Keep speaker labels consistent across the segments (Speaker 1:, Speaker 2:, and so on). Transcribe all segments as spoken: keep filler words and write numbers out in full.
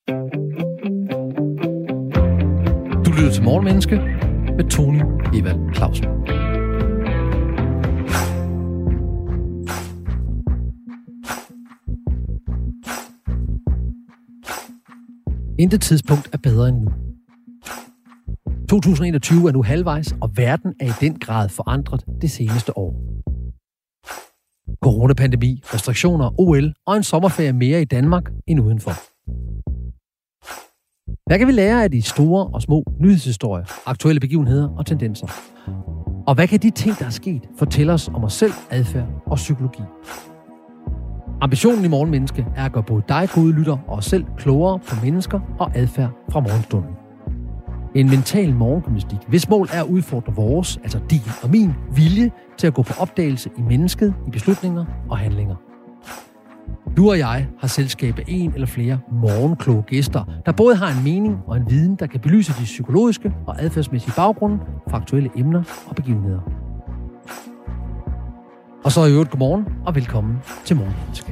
Speaker 1: Du lytter til Morgenmenneske med Tony Evald Clausen. Intet tidspunkt er bedre end nu. to tusind og enogtyve er nu halvvejs, og verden er i den grad forandret det seneste år. Coronapandemi, restriktioner, O L og en sommerferie mere i Danmark end udenfor. Hvad kan vi lære af de store og små nyhedshistorier, aktuelle begivenheder og tendenser? Og hvad kan de ting, der er sket, fortælle os om os selv, adfærd og psykologi? Ambitionen i Morgenmenneske er at gøre både dig, gode lytter, og os selv klogere på mennesker og adfærd fra morgenstunden. En mental morgengymnastik, hvis mål er at udfordre vores, altså din og min, vilje til at gå på opdagelse i mennesket, i beslutninger og handlinger. Du og jeg har selskab af en eller flere morgenkloge gæster, der både har en mening og en viden, der kan belyse de psykologiske og adfærdsmæssige baggrunde for aktuelle emner og begivenheder. Og så i øvrigt godmorgen og velkommen til Morgenmenneske.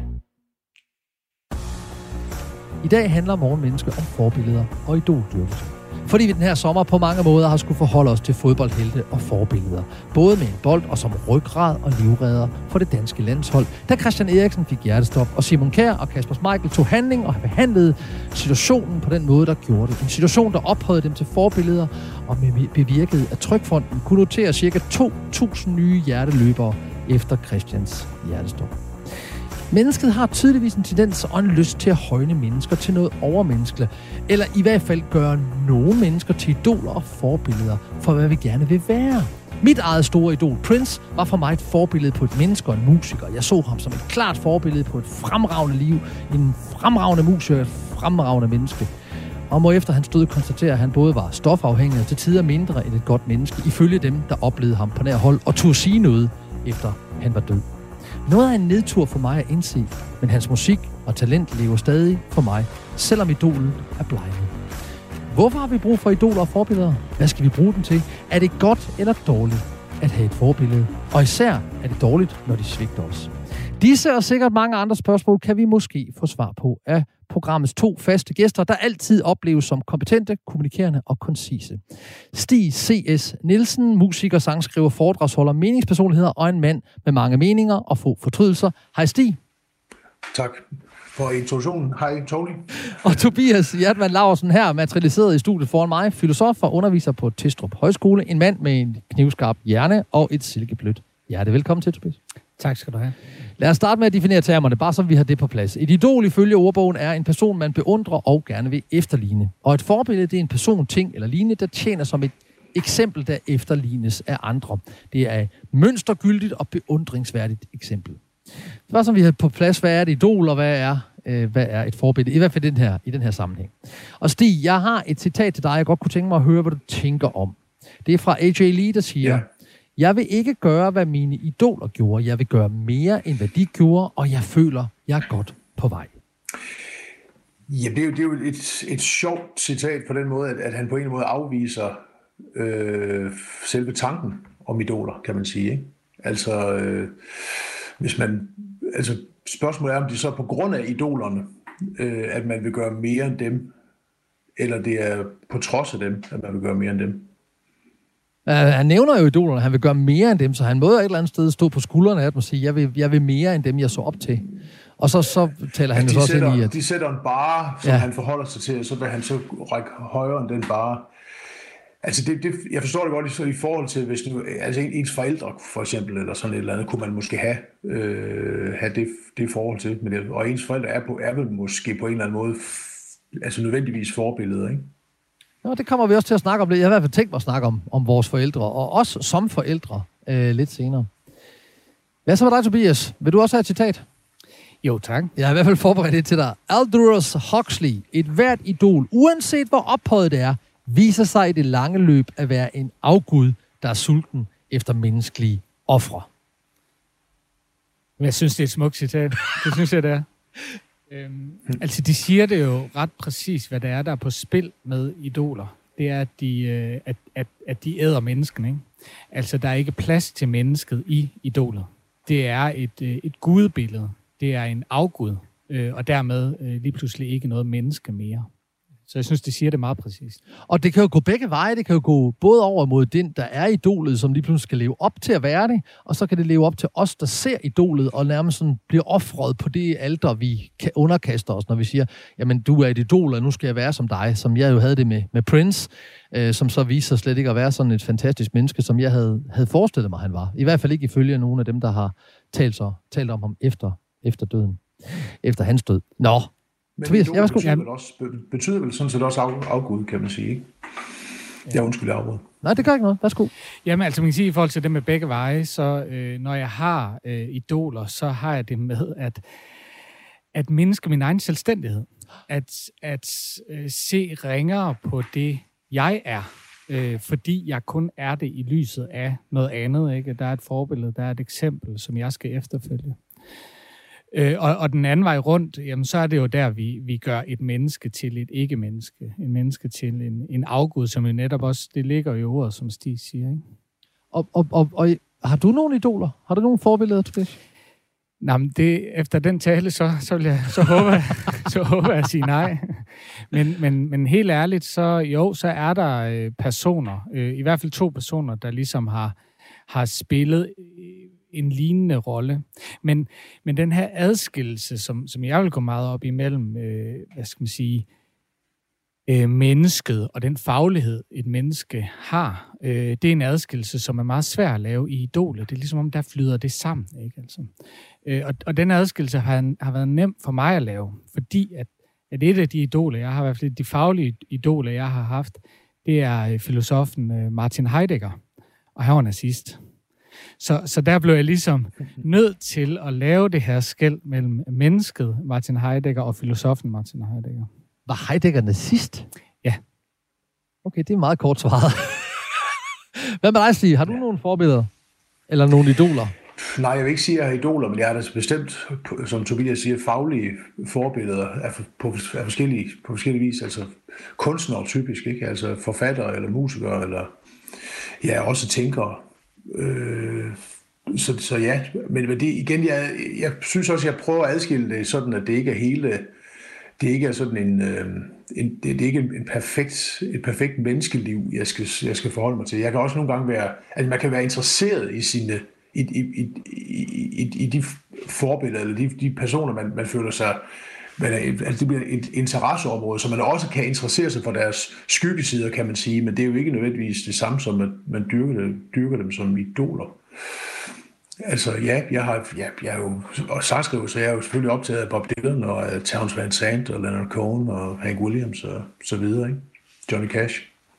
Speaker 1: I dag handler Morgenmenneske om forbilleder og idoldyrkelse. Fordi vi den her sommer på mange måder har skulle forholde os til fodboldhelte og forbilleder. Både med en bold og som ryggrad og livredder for det danske landshold. Da Christian Eriksen fik hjertestop, og Simon Kjær og Kasper Schmeichel tog handling og behandlede situationen på den måde, der gjorde det. En situation, der ophøjede dem til forbilleder og bevirkede, at Trygfonden kunne notere ca. to tusind nye hjerteløbere efter Christians hjertestop. Mennesket har tydeligvis en tendens og en lyst til at højne mennesker til noget overmenneskeligt, eller i hvert fald gøre nogle mennesker til idoler og forbilleder for, hvad vi gerne vil være. Mit eget store idol, Prince, var for mig et forbillede på et menneske og en musiker. Jeg så ham som et klart forbillede på et fremragende liv, en fremragende musiker, et fremragende menneske. Og må efter hans død konstatere, at han både var stofafhængig og til tider mindre end et godt menneske, ifølge dem, der oplevede ham på nær hold og turde sige noget, efter han var død. Noget af en nedtur for mig at indse, men hans musik og talent lever stadig for mig, selvom idolen er blegnet. Hvorfor har vi brug for idoler og forbilleder? Hvad skal vi bruge dem til? Er det godt eller dårligt at have et forbillede? Og især er det dårligt, når de svigter os. Disse og sikkert mange andre spørgsmål kan vi måske få svar på af programmets to faste gæster, der altid opleves som kompetente, kommunikerende og koncise. Stig C S. Nielsen, musiker, sangskriver, foredragsholder, meningspersonligheder og en mand med mange meninger og få fortrydelser. Hej Stig.
Speaker 2: Tak for introduktionen. Hej Tony.
Speaker 1: Og Tobias Hjertmann Laursen her, materialiseret i studiet foran mig, filosof og underviser på Testrup Højskole, en mand med en knivskarp hjerne og et silkeblødt hjerte. Velkommen til, Tobias.
Speaker 3: Tak skal du have.
Speaker 1: Lad os starte med at definere termerne, bare så vi har det på plads. Et idol ifølge ordbogen er en person, man beundrer og gerne vil efterligne. Og et forbillede, det er en person, ting eller lignende, der tjener som et eksempel, der efterlignes af andre. Det er et mønstergyldigt og beundringsværdigt eksempel. Så bare så vi har på plads, hvad er et idol, og hvad er, øh, hvad er et forbillede, i hvert fald den her, i den her sammenhæng. Og Stig, jeg har et citat til dig, jeg godt kunne tænke mig at høre, hvad du tænker om. Det er fra A J Lee, der siger... Ja. Jeg vil ikke gøre, hvad mine idoler gjorde. Jeg vil gøre mere, end hvad de gjorde, og jeg føler, jeg er godt på vej.
Speaker 2: Ja, det er jo, det er jo et, et sjovt citat på den måde, at, at han på en måde afviser øh, selve tanken om idoler, kan man sige. Ikke? Altså, øh, hvis man, altså, spørgsmålet er, om det så er på grund af idolerne, øh, at man vil gøre mere end dem, eller det er på trods af dem, at man vil gøre mere end dem.
Speaker 1: Uh, han nævner jo idolerne, han vil gøre mere end dem, så han må jo et eller andet sted stå på skuldrene af dem og sige, jeg vil, jeg vil mere end dem, jeg så op til. Og så, så taler han
Speaker 2: ja,
Speaker 1: jo også
Speaker 2: sætter,
Speaker 1: ind i, at...
Speaker 2: De sætter en barre, som ja. han forholder sig til, og så vil han så række højere end den barre. Altså, det, det, jeg forstår det godt i, i forhold til, hvis nu, altså ens forældre for eksempel, eller sådan et eller andet, kunne man måske have, øh, have det, det forhold til. Men det, og ens forældre er, på, er vel måske på en eller anden måde, altså nødvendigvis forbilleder, ikke?
Speaker 1: Nå, det kommer vi også til at snakke om. Jeg har i hvert fald tænkt mig at snakke om, om vores forældre, og også som forældre øh, lidt senere. Hvad så med dig, Tobias? Vil du også have et citat?
Speaker 3: Jo, tak.
Speaker 1: Jeg har i hvert fald forberedt det til dig. Aldous Huxley, et hvert idol, uanset hvor ophøjet det er, viser sig i det lange løb at være en afgud, der er sulten efter menneskelige ofre.
Speaker 3: Jeg synes, det er et smukt citat. Det synes jeg, det er. Øhm, altså, de siger det jo ret præcis, hvad det er, der er på spil med idoler. Det er, at de, øh, at, at, at de æder mennesken, ikke? Altså, der er ikke plads til mennesket i idolet. Det er et, øh, et gudebillede. Det er en afgud, øh, og dermed øh, lige pludselig ikke noget menneske mere. Så jeg synes, det siger det meget præcist.
Speaker 1: Og det kan jo gå begge veje. Det kan jo gå både over mod den, der er idolet, som lige pludselig skal leve op til at være det, og så kan det leve op til os, der ser idolet, og nærmest sådan bliver offret på det alter, vi kan underkaste os, når vi siger, jamen, du er et idol, og nu skal jeg være som dig, som jeg jo havde det med, med Prince, øh, som så viser sig slet ikke at være sådan et fantastisk menneske, som jeg havde, havde forestillet mig, han var. I hvert fald ikke ifølge nogen af dem, der har talt, så, talt om ham efter, efter døden. Efter hans død. Nå,
Speaker 2: Men
Speaker 1: Tobias, jeg
Speaker 2: betyder, vel også, betyder vel sådan set også af, afgud, kan man sige, ikke? Jeg undskylder afbud.
Speaker 1: Nej, det gør ikke noget. Værsgo.
Speaker 3: Jamen, altså man kan sige, i forhold til det med begge veje, så øh, når jeg har øh, idoler, så har jeg det med at, at mindske min egen selvstændighed. At, at øh, se ringere på det, jeg er. Øh, fordi jeg kun er det i lyset af noget andet, ikke? Der er et forbillede, der er et eksempel, som jeg skal efterfølge. Øh, og, og den anden vej rundt, jamen, så er det jo der, vi, vi gør et menneske til et ikke-menneske. En menneske til en, en afgud, som jo netop også, det ligger jo i ordet, som Stig siger. Ikke?
Speaker 1: Og, og, og, og har du nogle idoler? Har du nogle forbilleder, Tobias?
Speaker 3: Nå, men det, efter den tale, så, så, vil jeg, så, håber jeg, så håber jeg at sige nej. Men, men, men helt ærligt, så jo, så er der øh, personer, øh, i hvert fald to personer, der ligesom har, har spillet en lignende rolle. Men, men den her adskillelse, som, som jeg vil gå meget op imellem, øh, hvad skal man sige, øh, mennesket og den faglighed, et menneske har, øh, det er en adskillelse, som er meget svær at lave i idolet. Det er ligesom om, der flyder det sammen. Ikke? Altså, øh, og, og den adskillelse har, har været nem for mig at lave, fordi at, at et af de idoler, jeg har i hvert fald de faglige idoler, jeg har haft, det er filosofen øh, Martin Heidegger, og han var nazist. Så, så der blev jeg ligesom nødt til at lave det her skel mellem mennesket Martin Heidegger og filosofen Martin Heidegger.
Speaker 1: Var Heidegger nazist?
Speaker 3: Ja.
Speaker 1: Okay, det er meget kort svaret. Hvad med dig, Stig? Har du ja. nogle forbilleder? Eller nogle idoler?
Speaker 2: Nej, jeg vil ikke sige, at jeg har idoler, men jeg har da bestemt, som Tobias siger, faglige forbilleder af, på, af forskellige, på forskellige vis. Altså kunstnere typisk, ikke? Altså forfattere eller musikere, eller ja, også tænkere. Øh, så, så ja, men, men det, igen, jeg, jeg synes også, jeg prøver at adskille det sådan, at det ikke er hele, det ikke er sådan en, en det, det er ikke en, en perfekt, et perfekt menneskeliv, jeg skal, jeg skal forholde mig til. Jeg kan også nogle gange være, at man kan være interesseret i sine, i, i, i, i, i de forbilleder, eller de, de personer, man, man føler sig, man er, altså det bliver et interesseområde, så man også kan interessere sig for deres skyggesider, kan man sige, men det er jo ikke nødvendigvis det samme, som at man dyrker, det, dyrker dem som idoler. Altså ja, jeg har, ja, jeg er jo og sangskriver, så jeg er jo selvfølgelig optaget af Bob Dylan og uh, Townes Van Sant og Leonard Cohen og Hank Williams og så videre, ikke? Johnny Cash.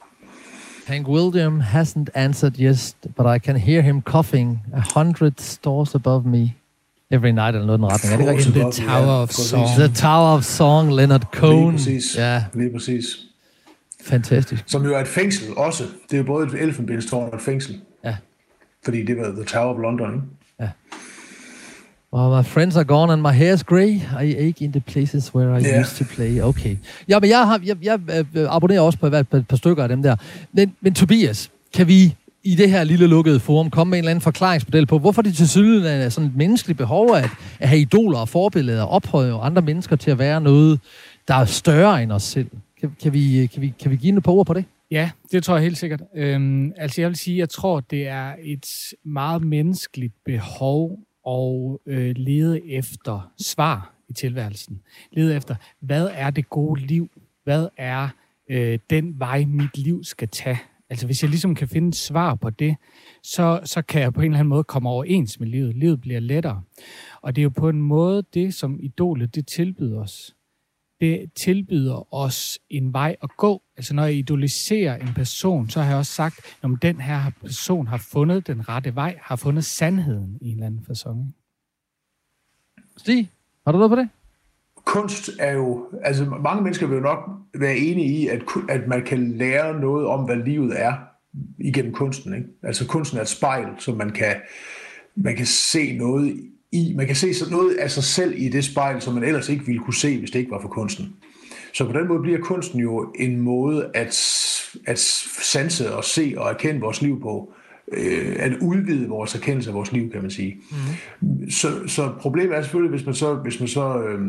Speaker 1: Hank Williams hasn't answered yes, but I can hear him coughing a hundred stores above me. Every night, eller noget den retning. Er det
Speaker 3: rigtigt? The Tower of Song.
Speaker 1: The Tower of Song, Leonard Cohen.
Speaker 2: Lige præcis.
Speaker 1: Ja.
Speaker 2: Lige præcis.
Speaker 1: Fantastisk.
Speaker 2: Som jo er et fængsel også. Det er jo både et elfenbenstårn og et fængsel.
Speaker 1: Ja.
Speaker 2: Fordi det var The Tower of London, ikke?
Speaker 1: Ja. Well, my friends are gone and my hair's grey. I ache in the places where I yeah. used to play. Okay. Ja, men jeg, har, jeg, jeg, jeg abonnerer også på et par, par stykker af dem der. Men, men Tobias, kan vi i det her lille lukkede forum komme med en eller anden forklaringsmodel på, hvorfor det til syden er sådan et menneskeligt behov at, at have idoler og forbilleder og ophøje andre mennesker til at være noget, der er større end os selv? Kan, kan, vi, kan, vi, kan vi give noget på ord på det?
Speaker 3: Ja, det tror jeg helt sikkert. Øhm, altså jeg vil sige, jeg tror, det er et meget menneskeligt behov at øh, lede efter svar i tilværelsen. Lede efter, hvad er det gode liv? Hvad er øh, den vej, mit liv skal tage? Altså hvis jeg ligesom kan finde et svar på det, så, så kan jeg på en eller anden måde komme overens med livet. Livet bliver lettere. Og det er jo på en måde det, som idolet det tilbyder os. Det tilbyder os en vej at gå. Altså når jeg idoliserer en person, så har jeg også sagt, at den her person har fundet den rette vej, har fundet sandheden i en eller anden facon.
Speaker 1: Stig, har du noget på det?
Speaker 2: Kunst er jo, altså mange mennesker vil jo nok være enige i, at, at man kan lære noget om, hvad livet er igennem kunsten, ikke? Altså kunsten er et spejl, som man kan, man kan se noget i. Man kan se noget af sig selv i det spejl, som man ellers ikke ville kunne se, hvis det ikke var for kunsten. Så på den måde bliver kunsten jo en måde at, at sanse og se og erkende vores liv på. At udvide vores erkendelse af vores liv, kan man sige. Mm. Så, så problemet er selvfølgelig, hvis man så, hvis man så øh,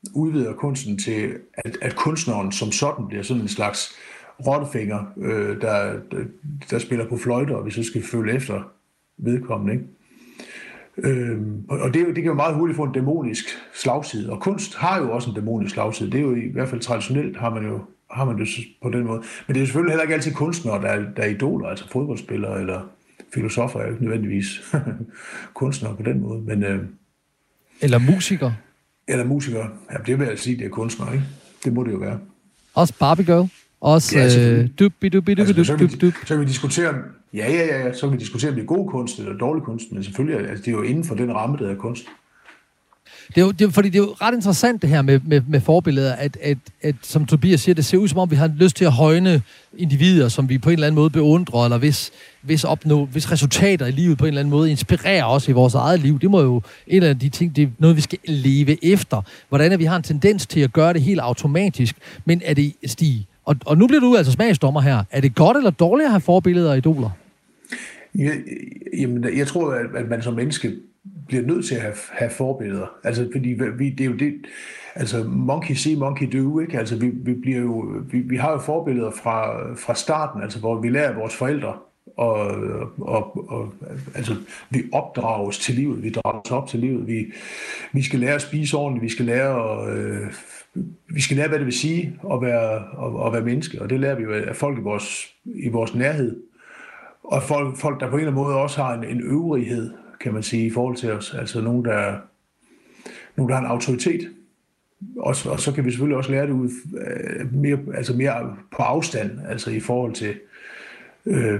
Speaker 2: udvider kunsten til, at, at kunstneren som sådan bliver sådan en slags rottefinger, øh, der, der, der spiller på fløjter, og vi så skal følge efter vedkommende, ikke? Øhm, og det, det kan jo meget hurtigt få en dæmonisk slagside, og kunst har jo også en dæmonisk slagside. Det er jo i hvert fald traditionelt, har man jo, har man det på den måde. Men det er selvfølgelig heller ikke altid kunstnere, der er, der er idoler, altså fodboldspillere eller filosofer er jo ikke nødvendigvis kunstnere på den måde. Men, øh,
Speaker 1: eller musikere.
Speaker 2: Eller musikere. Ja, det vil jeg sige, det er kunstnere, ikke? Det må det jo være.
Speaker 1: Også Barbie Girl. Også ja, dubi dubi dubi dubi dubi.
Speaker 2: Så kan vi diskutere, ja, ja, ja, så kan vi diskutere, om det er god kunst eller dårlig kunst, men selvfølgelig, altså, det er jo inden for den ramme, der er kunst.
Speaker 1: Det er jo, det er, fordi det er jo ret interessant det her med, med, med forbilleder, at, at, at som Tobias siger, det ser ud som om, vi har lyst til at højne individer, som vi på en eller anden måde beundrer, eller hvis, hvis opnå, hvis resultater i livet på en eller anden måde inspirerer os i vores eget liv. Det må jo en af de ting, det er noget, vi skal leve efter. Hvordan er vi har en tendens til at gøre det helt automatisk, men er det Stig? Og, og nu bliver du altså smagsdommer her. Er det godt eller dårligt at have forbilleder og idoler?
Speaker 2: Ja, jamen, jeg tror, at, at man som menneske bliver nødt til at have, have forbilleder. Altså, fordi vi, det er jo det, altså monkey see, monkey do, ikke? Altså, vi, vi bliver jo, vi, vi har jo forbilleder fra, fra starten, altså, hvor vi lærer vores forældre, og, og, og altså, vi opdrages til livet, vi drages op til livet, vi, vi skal lære at spise ordentligt, vi skal lære at, øh, vi skal lære, hvad det vil sige at være, at, at være menneske, og det lærer vi jo af folk i vores, i vores nærhed, og folk, folk, der på en eller anden måde også har en, en øvrighed, kan man sige, i forhold til os. Altså nogen, der, nogen, der har en autoritet. Og, og så kan vi selvfølgelig også lære det ud øh, mere, altså mere på afstand, altså i forhold til øh,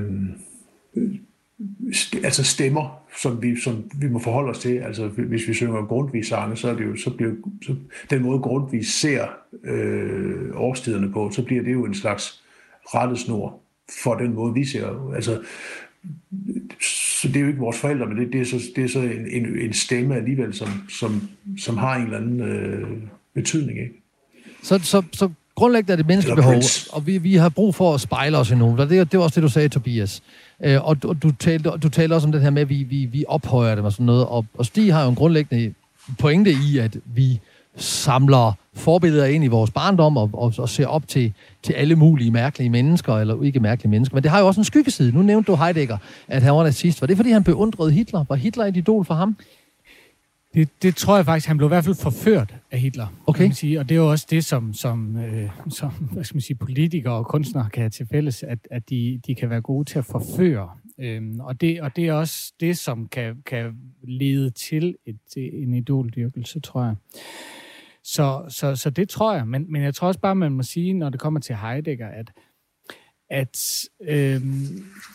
Speaker 2: st- altså stemmer, som vi, som vi må forholde os til. Altså hvis vi synger Grundtvig-sange, så er det jo, så bliver så den måde Grundtvig ser øh, årstiderne på, så bliver det jo en slags rettesnor for den måde, vi ser. Altså, så det er jo ikke vores forældre, men det, det er så, det er så en, en, en stemme alligevel, som, som, som har en eller anden øh, betydning, ikke?
Speaker 1: Så, så, så grundlæggende er det menneskebehov, og vi, vi har brug for at spejle os i nogen. Det, det var også det, du sagde, Tobias. Øh, og du, du, talte, du talte også om det her med, at vi, vi, vi ophøjer dem og sådan noget. Og, og Stig har jo en grundlæggende pointe i, at vi samler forbilleder ind i vores barndom og, og, og ser op til, til alle mulige mærkelige mennesker, eller ikke mærkelige mennesker. Men det har jo også en skyggeside. Nu nævnte du Heidegger, at han var nazist. Var det, fordi han beundrede Hitler? Var Hitler et idol for ham?
Speaker 3: Det, det tror jeg faktisk, han blev i hvert fald forført af Hitler.
Speaker 1: Okay.
Speaker 3: Kan man sige. Og det er jo også det, som, som, øh, som hvad skal man sige, politikere og kunstnere kan have til fælles, at, at de, de kan være gode til at forføre. Øhm, og, det, og det er også det, som kan, kan lede til et, en idoldyrkelse, tror jeg. Så, så, så det tror jeg. Men, men jeg tror også bare, man må sige, når det kommer til Heidegger, at, at øhm,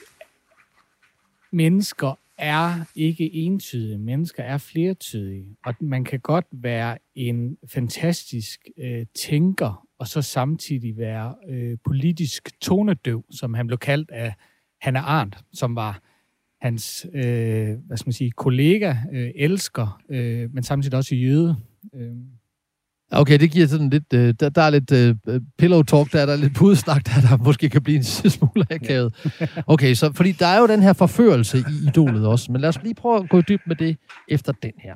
Speaker 3: mennesker er ikke entydige. Mennesker er flertydige. Og man kan godt være en fantastisk øh, tænker, og så samtidig være øh, politisk tonedøv, som han blev kaldt af Hannah Arendt, som var hans øh, hvad skal man sige, kollega, øh, elsker, øh, men samtidig også jøde. Øh.
Speaker 1: Okay, det giver sådan lidt, øh, der, der er lidt øh, pillow talk, der er der lidt pudsnak, der, der måske kan blive en smule akavet. Okay, så fordi der er jo den her forførelse i idolet også, men lad os lige prøve at gå dybt med det efter den her.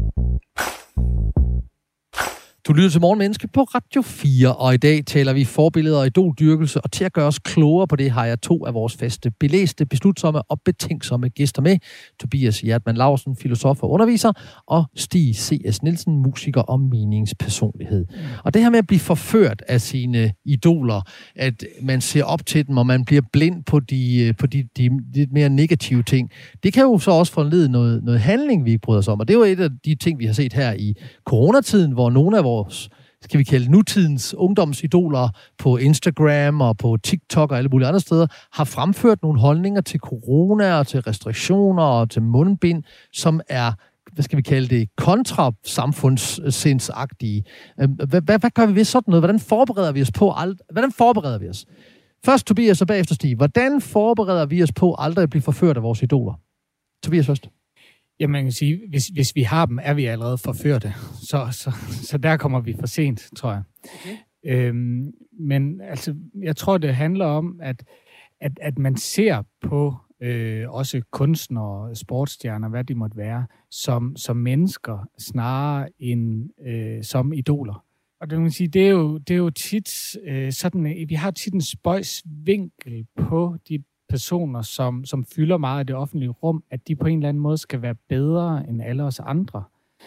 Speaker 1: Du lytter til Morgenmenneske på Radio fire, og i dag taler vi forbilleder og idoldyrkelse, og til at gøre os klogere på det har jeg to af vores faste, belæste, beslutsomme og betænksomme gæster med. Tobias Hjertmann Laursen, filosof og underviser, og Stig C S. Nielsen, musiker og meningspersonlighed. Mm. Og det her med at blive forført af sine idoler, at man ser op til dem, og man bliver blind på de, på de, de lidt mere negative ting, det kan jo så også forlede noget, noget handling, vi ikke bryder os om. Og det er jo et af de ting, vi har set her i coronatiden, hvor nogle af vores, skal vi kalde nutidens ungdomsidoler på Instagram og på TikTok og alle mulige andre steder, har fremført nogle holdninger til corona og til restriktioner og til mundbind, som er, hvad skal vi kalde det, kontrasamfundssindsagtige. Hvad, hvad, hvad gør vi ved sådan noget? Hvordan forbereder vi os på alt? Hvordan forbereder vi os? Først Tobias og bagefter Stig. Hvordan forbereder vi os på aldrig at blive forført af vores idoler? Tobias først.
Speaker 3: Jamen, man kan sige, hvis, hvis vi har dem, er vi allerede forførte. Så, så, så der kommer vi for sent, tror jeg. Okay. Øhm, men altså, jeg tror, det handler om, at, at, at man ser på øh, også kunstnere, sportsstjerner, hvad de måtte være, som, som mennesker snarere end øh, som idoler. Og det, man sige, det, er jo, det er jo tit øh, sådan, vi har tit en spøjsvinkel på de personer, som, som fylder meget af det offentlige rum, at de på en eller anden måde skal være bedre end alle os andre.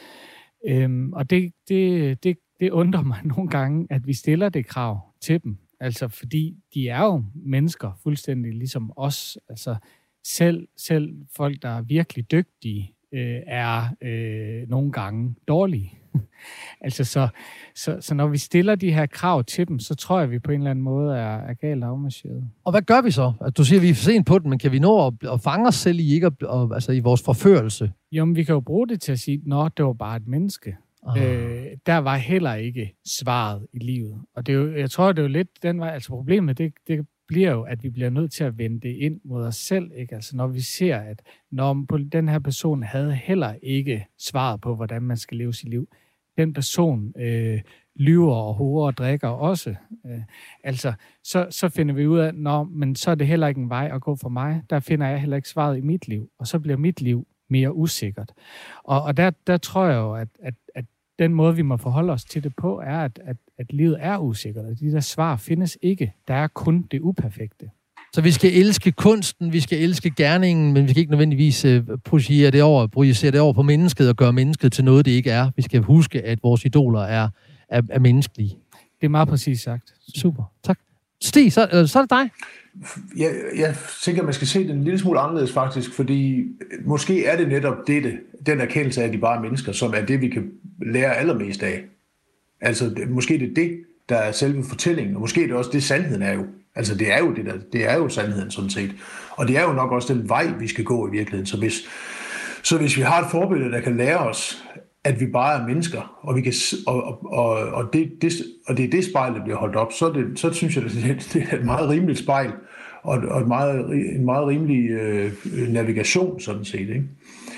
Speaker 3: Øhm, og det, det, det, det undrer mig nogle gange, at vi stiller det krav til dem. Altså, fordi de er jo mennesker, fuldstændig ligesom os. Altså, selv, selv folk, der er virkelig dygtige, øh, er øh, nogle gange dårlige. altså, så, så, så når vi stiller de her krav til dem, så tror jeg, at vi på en eller anden måde er, er galt afmarcheret.
Speaker 1: Og hvad gør vi så? Altså, du siger, at vi er for sent på den, men kan vi nå at, at fange os selv i, ikke at, at, altså, i vores forførelse?
Speaker 3: Jo, men vi kan jo bruge det til at sige, nå, det var bare et menneske. Øh, der var heller ikke svaret i livet. Og det er jo, jeg tror, det er jo lidt den vej, altså problemet, det, det bliver jo, at vi bliver nødt til at vende det ind mod os selv, ikke? Altså når vi ser, at når den her person havde heller ikke svaret på, hvordan man skal leve sit liv. Den person øh, lyver og horer og drikker også. Øh, altså, så, så finder vi ud af, nå, men så er det heller ikke en vej at gå for mig. Der finder jeg heller ikke svaret i mit liv. Og så bliver mit liv mere usikkert. Og, og der, der tror jeg jo, at, at, at den måde, vi må forholde os til det på, er, at, at, at livet er usikkert, og de der svar findes ikke. Der er kun det uperfekte.
Speaker 1: Så vi skal elske kunsten, vi skal elske gerningen, men vi skal ikke nødvendigvis uh, projicere det over, projicere det over på mennesket og gøre mennesket til noget, det ikke er. Vi skal huske, at vores idoler er, er, er menneskelige.
Speaker 3: Det er meget præcis sagt.
Speaker 1: Super, tak. Stig, så, øh, så er det dig.
Speaker 2: Jeg, jeg tænker, at man skal se det en lille smule anderledes faktisk, fordi måske er det netop dette, den erkendelse af, at de bare er mennesker, som er det, vi kan lære allermest af. Altså, måske det er det, der er selve fortællingen, og måske er det også det, sandheden er jo. Altså, det er jo det der, det er jo sandheden sådan set. Og det er jo nok også den vej, vi skal gå i virkeligheden. Så hvis, så hvis vi har et forbillede, der kan lære os, at vi bare er mennesker, og, vi kan, og, og, og, det, det, og det er det spejl, der bliver holdt op, så, det, så synes jeg, det, det er et meget rimeligt spejl, og, og et meget, en meget rimelig øh, navigation, sådan set. Ikke?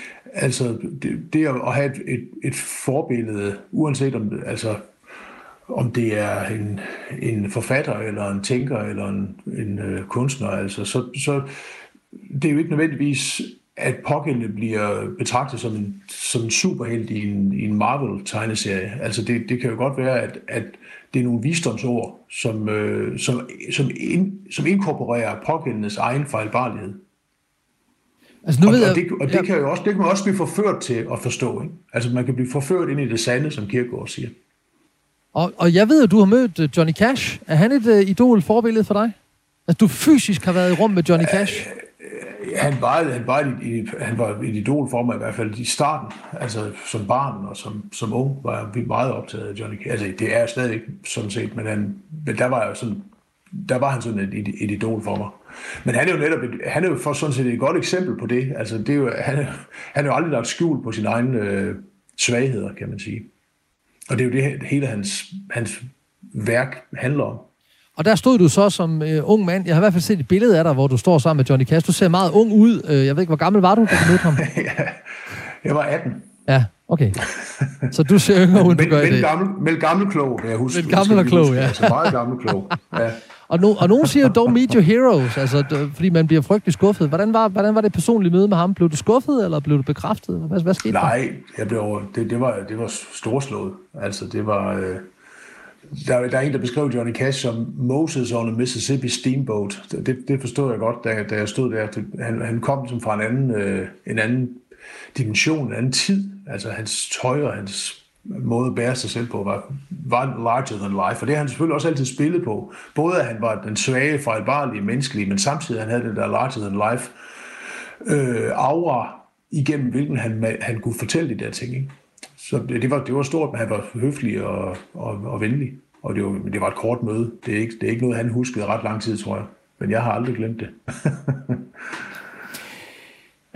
Speaker 2: Altså, det, det at have et, et, et forbillede, uanset om, altså, om det er en, en forfatter, eller en tænker, eller en, en øh, kunstner, altså, så, så det er jo ikke nødvendigvis, at pågældende bliver betragtet som en, som en superhelt i en, i en Marvel-tegneserie. Altså det, det kan jo godt være, at, at det er nogle visdomsord, som, øh, som, som, in, som inkorporerer pågældendes egen fejlbarlighed.
Speaker 1: Altså nu
Speaker 2: og,
Speaker 1: ved jeg,
Speaker 2: og, det, og det, kan jo også, det kan man også blive forført til at forstå. Ikke? Altså man kan blive forført ind i det sande, som Kierkegaard siger.
Speaker 1: Og, og jeg ved, at du har mødt Johnny Cash. Er han et uh, idol forbillede for dig? Altså du fysisk har været i rum med Johnny Cash?
Speaker 2: Han var, han, var et, han var et idol for mig i hvert fald i starten, altså som barn og som, som ung var jeg meget optaget af Johnny Cash. Altså det er jeg stadig ikke sådan set, men, han, men der, var jeg sådan, der var han sådan et, et, et idol for mig. Men han er jo netop et, han er jo for sådan set et godt eksempel på det. Altså det er jo, han, han er jo aldrig lagt skjul på sine egne øh, svagheder, kan man sige. Og det er jo det, hele hans, hans værk handler om.
Speaker 1: Og der stod du så som øh, ung mand. Jeg har i hvert fald set et billede af dig, hvor du står sammen med Johnny Cash. Du ser meget ung ud. Jeg ved ikke, hvor gammel var du, da du mødte ham?
Speaker 2: Ja, jeg var atten.
Speaker 1: Ja, okay. Så du ser yngre ud, end du gør i dag.
Speaker 2: Gammel, men gammel klog, vil jeg huske.
Speaker 1: Men gammel og klog, ja.
Speaker 2: Altså meget gammel klog, ja.
Speaker 1: og, no, og nogen siger jo, don't meet your heroes, altså, d- fordi man bliver frygtelig skuffet. Hvordan var, hvordan var det personlige møde med ham? Blev du skuffet, eller blev du bekræftet? Hvad, hvad skete der?
Speaker 2: Nej, jeg blev, det, det, var, det var storslået. Altså, det var... Øh, Der, der er en, der beskrev Johnny Cash som Moses on a Mississippi Steamboat. Det, det forstod jeg godt, da, da jeg stod der. Han, han kom som fra en anden, øh, en anden dimension, en anden tid. Altså hans tøj og hans måde at bære sig selv på var, var larger than life. Og det har han selvfølgelig også altid spillet på. Både at han var den svage, fejlbarlige, menneskelige, men samtidig han havde det der larger than life øh, aura, igennem hvilken han, han kunne fortælle de der ting, ikke? Så det, det, var, det var stort, men han var høflig og, og, og venlig. Og det var, det var et kort møde. Det er, ikke, det er ikke noget, han huskede ret lang tid, tror jeg. Men jeg har aldrig glemt det.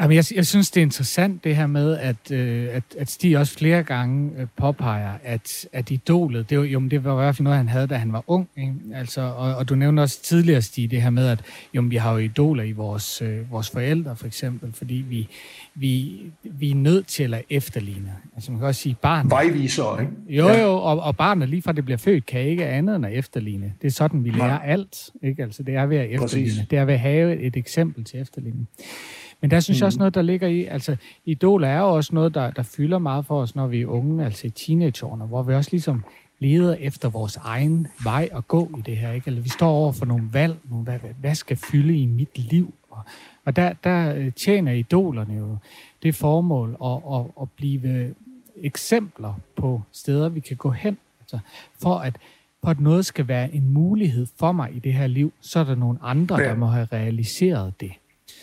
Speaker 3: Jamen, jeg, jeg synes, det er interessant det her med, at, øh, at, at Stig også flere gange øh, påpeger, at, at idolet, det var, jo, det var i hvert fald noget, han havde, da han var ung. Ikke? Altså, og, og du nævnte også tidligere, Stig, det her med, at jo, vi har jo idoler i vores, øh, vores forældre, for eksempel, fordi vi, vi, vi er nødt til at efterligne. Altså, man kan også sige, barn...
Speaker 2: Vejviser, ikke?
Speaker 3: Jo, jo, og, og barnet lige fra det bliver født, kan ikke andet end at efterligne. Det er sådan, vi lærer ja. alt. Ikke? Altså, det er ved at efterligne. Præcis. Det er ved at have et eksempel til efterligning. Men der synes jeg også noget, der ligger i, altså idoler er jo også noget, der, der fylder meget for os, når vi er unge, altså i teenageårene, hvor vi også ligesom leder efter vores egen vej at gå i det her, ikke? Eller vi står over for nogle valg, nogle, hvad, hvad skal fylde i mit liv? Og, og der, der tjener idolerne jo det formål at, at, at blive eksempler på steder, vi kan gå hen, altså for at for at noget skal være en mulighed for mig i det her liv, så er der nogle andre, der må have realiseret det.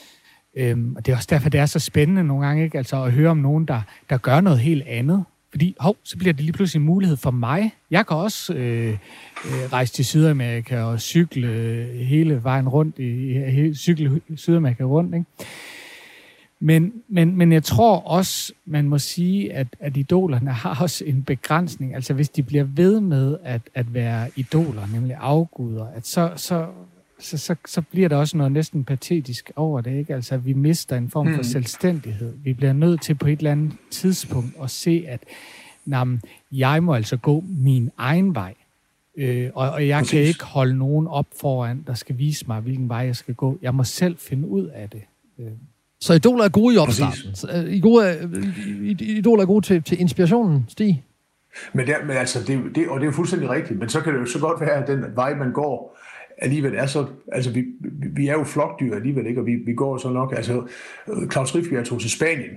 Speaker 3: Øhm, og det er også derfor, det er så spændende nogle gange, ikke? Altså at høre om nogen, der, der gør noget helt andet. Fordi, hov, så bliver det lige pludselig en mulighed for mig. Jeg kan også øh, øh, rejse til Sydamerika og cykle øh, hele vejen rundt, i, i, cykle Sydamerika rundt, ikke? Men, men, men jeg tror også, man må sige, at, at idolerne har også en begrænsning. Altså hvis de bliver ved med at, at være idoler, nemlig afguder, at så... så Så, så, så bliver der også noget næsten patetisk over det, ikke? Altså, vi mister en form for mm. selvstændighed. Vi bliver nødt til på et eller andet tidspunkt at se, at jamen, jeg må altså gå min egen vej. Øh, og, og jeg Præcis. kan ikke holde nogen op foran, der skal vise mig, hvilken vej jeg skal gå. Jeg må selv finde ud af det. Øh.
Speaker 1: Så idoler er gode i opstarten. Idoler er gode til, til inspirationen, Stig?
Speaker 2: Men, der, men altså, det, det, og det er jo fuldstændig rigtigt, men så kan det jo så godt være, at den vej, man går, alligevel er så, altså vi, vi er jo flokdyr alligevel, ikke? Og vi, vi går så nok, altså Klaus Rifbjerg tog til Spanien,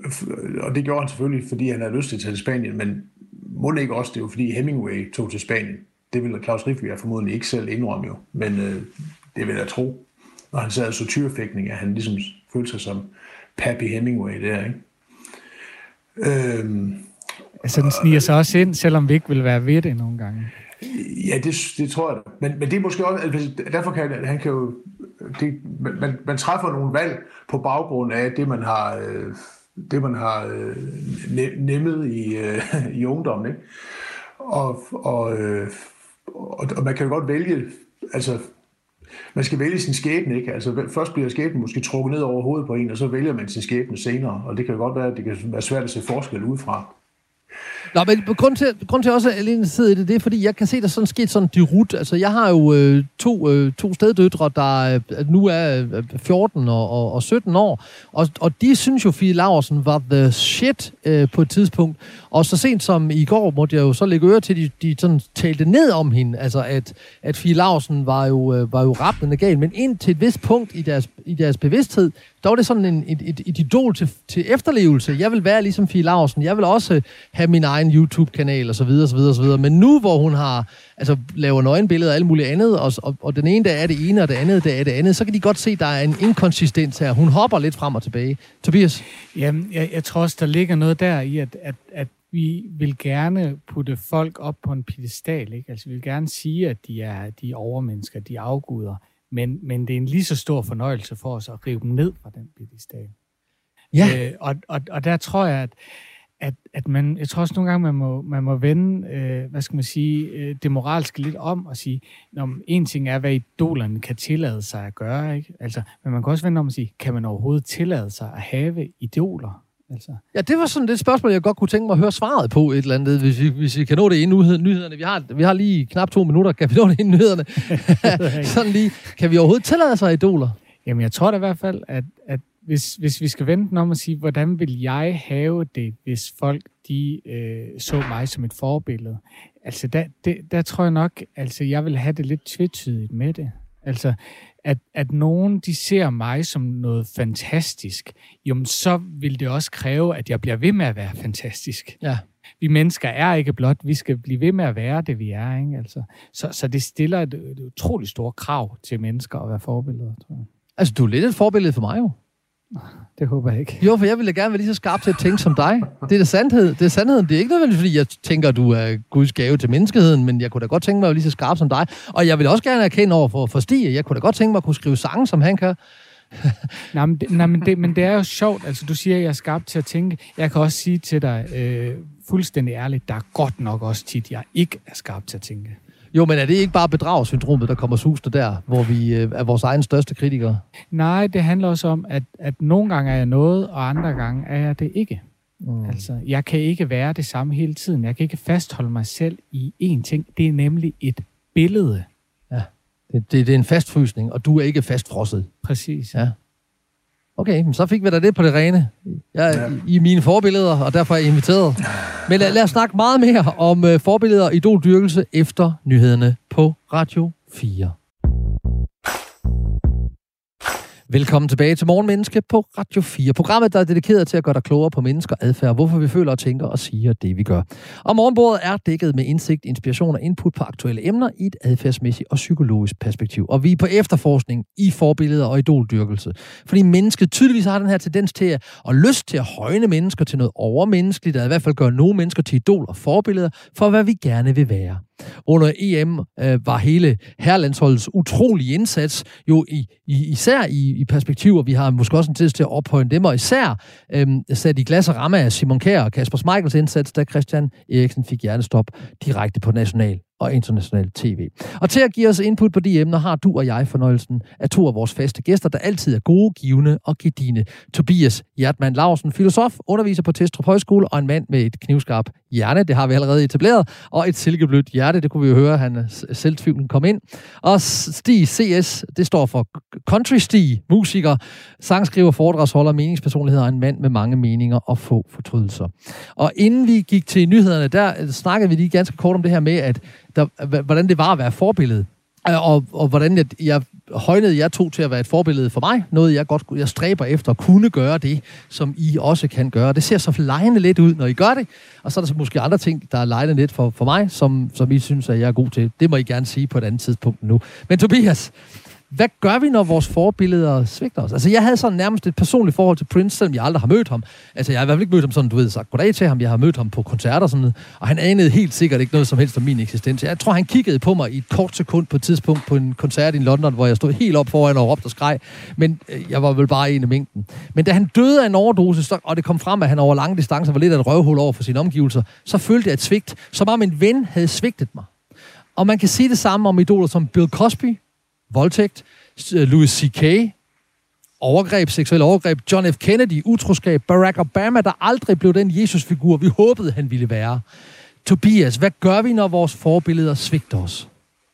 Speaker 2: og det gjorde han selvfølgelig, fordi han havde lyst til at tage til Spanien, men må ikke også, det er jo fordi Hemingway tog til Spanien. Det ville Klaus Rifbjerg formodentlig ikke selv indrømme jo, men øh, det vil jeg tro, når han sad så tyrefægtning, at han ligesom følte sig som Pappy Hemingway der, ikke? Øhm,
Speaker 3: altså den sniger sig også ind, selvom vi ikke vil være ved det nogle gange.
Speaker 2: Ja, det, det tror jeg. Men, men det er måske også, altså, derfor kan han kan jo, det, man, man træffer nogle valg på baggrund af det, man har, øh, det, man har øh, nemmet i, øh, i ungdommen, ikke? Og, og, øh, og, og man kan jo godt vælge, altså, man skal vælge sin skæbne, ikke? Altså, først bliver skæbnen måske trukket ned over hovedet på en, og så vælger man sin skæbne senere, og det kan jo godt være, at det kan være svært at se forskel udefra.
Speaker 1: Nå, men grund til, grund til også at alene sidde i det, det er, fordi jeg kan se, der sådan sket sådan en derut. Altså, jeg har jo øh, to, øh, to steddøtre, der øh, nu er fjorten og, og, og sytten år, og, og de synes jo, Fie Laursen var the shit øh, på et tidspunkt. Og så sent som i går måtte jeg jo så lægge øre til, de, de sådan talte ned om hende, altså at, at Fie Laursen var jo, øh, var jo rappende gal, men ind til et vist punkt i deres, i deres bevidsthed, der var det sådan en, et, et, et idol til, til efterlevelse. Jeg vil være ligesom Fie Laursen. Jeg vil også have min egen YouTube-kanal og så videre, så videre, så videre. Men nu, hvor hun har, altså, laver nøgenbilleder og alt muligt andet, og, og, og den ene dag er det ene, og det andet dag er det andet, så kan de godt se, at der er en inkonsistens her. Hun hopper lidt frem og tilbage. Tobias?
Speaker 3: Jamen, jeg, jeg tror også, der ligger noget der i, at, at, at vi vil gerne putte folk op på en piedestal, ikke? Altså, vi vil gerne sige, at de er, de er overmennesker, de er afguder. Men, men det er en lige så stor fornøjelse for os at rive dem ned fra den piedestal. Ja. Øh, og, og, og der tror jeg, at, at, at man, jeg tror også nogle gange, man må, man må vende, øh, hvad skal man sige, øh, det moralske lidt om og sige, når en ting er, hvad idolerne kan tillade sig at gøre, ikke? Altså, men man kan også vende om og sige, kan man overhovedet tillade sig at have idoler? Altså.
Speaker 1: Ja, det var sådan det spørgsmål, jeg godt kunne tænke mig at høre svaret på et eller andet, hvis vi, hvis vi kan nå det inden nyhederne. Vi har, vi har lige knap to minutter. Kan vi nå det inden nyhederne? Sådan lige. Kan vi overhovedet tillade sig idoler?
Speaker 3: Jamen, jeg tror da i hvert fald, at, at hvis, hvis vi skal vente den om at sige, hvordan vil jeg have det, hvis folk de øh, så mig som et forbillede? Altså, der, det, der tror jeg nok, altså, jeg vil have det lidt tvetydigt med det. Altså, at, at nogen, de ser mig som noget fantastisk, jamen så vil det også kræve, at jeg bliver ved med at være fantastisk.
Speaker 1: Ja.
Speaker 3: Vi mennesker er ikke blot, vi skal blive ved med at være det, vi er, ikke? Altså, så, så det stiller et, et utroligt stort krav til mennesker at være forbilleder, tror jeg.
Speaker 1: Altså, du er lidt et forbillede for mig jo.
Speaker 3: Det håber jeg ikke.
Speaker 1: Jo, for jeg ville gerne være lige så skarp til at tænke som dig. Det er det sandhed. Det er sandheden. Det er ikke nødvendigt, fordi jeg tænker, at du er Guds gave til menneskeheden, men jeg kunne da godt tænke mig at være lige så skarp som dig. Og jeg vil også gerne erkende over for, for Stig, jeg kunne da godt tænke mig at kunne skrive sange, som han kan.
Speaker 3: nej, men det, nej, men, det, men det er jo sjovt. Altså, du siger, at jeg er skarp til at tænke. Jeg kan også sige til dig, øh, fuldstændig ærligt, der er godt nok også tit, jeg ikke er skarp til at tænke.
Speaker 1: Jo, men er det ikke bare bedragssyndromet, der kommer susende der, hvor vi øh, er vores egen største kritikere?
Speaker 3: Nej, det handler også om, at, at nogle gange er jeg noget, og andre gange er jeg det ikke. Mm. Altså, jeg kan ikke være det samme hele tiden. Jeg kan ikke fastholde mig selv i én ting. Det er nemlig et billede.
Speaker 1: Ja, det, det, det er en fastfrysning, og du er ikke fastfrosset.
Speaker 3: Præcis.
Speaker 1: Ja. Okay, men så fik vi da det på det rene. Jeg er ja. i, i mine forbilleder, og derfor er jeg inviteret. Men lad, lad os snakke meget mere om uh, forbilleder og idoldyrkelse efter nyhederne på Radio fire. Velkommen tilbage til Morgenmenneske på Radio fire. Programmet, der er dedikeret til at gøre dig klogere på mennesker, adfærd, hvorfor vi føler og tænker og siger det, vi gør. Og morgenbordet er dækket med indsigt, inspiration og input på aktuelle emner i et adfærdsmæssigt og psykologisk perspektiv. Og vi er på efterforskning i forbilleder og idoldyrkelse. Fordi mennesket tydeligvis har den her tendens til at, og lyst til at højne mennesker til noget overmenneskeligt, der i hvert fald gør nogle mennesker til idol og forbilleder for, hvad vi gerne vil være. Under E M øh, var hele herrelandsholdets utrolige indsats jo i, i, især i, i perspektiver, vi har måske også en tendens til at ophøje dem, og især øh, sat i glas og ramme af Simon Kjær og Kasper Schmeichels indsats, da Christian Eriksen fik hjertestop direkte på national og international tv. Og til at give os input på de emner, har du og jeg fornøjelsen af to af vores faste gæster, der altid er gode, givende og gedigne. Tobias Hjertmann Laursen, filosof, underviser på Testrup Højskole, og en mand med et knivskarp hjerne, det har vi allerede etableret, og et silkeblødt hjerte, det kunne vi jo høre, han selvtvivlen kom ind. Og Stig C S, det står for Country Stig, musiker, sangskriver, foredragsholder, meningspersonlighed og en mand med mange meninger og få fortrydelser. Og inden vi gik til nyhederne, der snakkede vi lige ganske kort om det her med, at der, hvordan det var at være forbillede, og, og hvordan jeg, jeg højnede jer to til at være et forbillede for mig, noget jeg godt jeg stræber efter at kunne gøre det, som I også kan gøre. Det ser så legende lidt ud, når I gør det, og så er der så måske andre ting, der er legende lidt for, for mig, som, som I synes, at jeg er god til. Det må I gerne sige på et andet tidspunkt nu. Men Tobias, hvad gør vi, når vores forbilleder svigter os? Altså, jeg havde sådan nærmest et personligt forhold til Prince, selvom jeg aldrig har mødt ham. Altså, jeg har i hvert fald ikke mødt ham sådan, du ved, sagt goddag til ham. Jeg har mødt ham på koncerter og sådan noget, og han anede helt sikkert ikke noget som helst om min eksistens. Jeg tror, han kiggede på mig i et kort sekund på et tidspunkt på en koncert i London, hvor jeg stod helt op foran og råbte og skreg, men jeg var vel bare en af mængden. Men da han døde af en overdosis, og det kom frem, at han over lange distancer var lidt af et røvhul over for sine omgivelser, så følte jeg et svigt, som om en ven havde svigtet mig. Og man kan sige det samme om idoler som Bill Cosby, voldtægt, Louis C K, overgreb, seksuelle overgreb, John F. Kennedy, utroskab, Barack Obama, der aldrig blev den Jesus-figur, vi håbede, han ville være. Tobias, hvad gør vi, når vores forbilleder svigter os?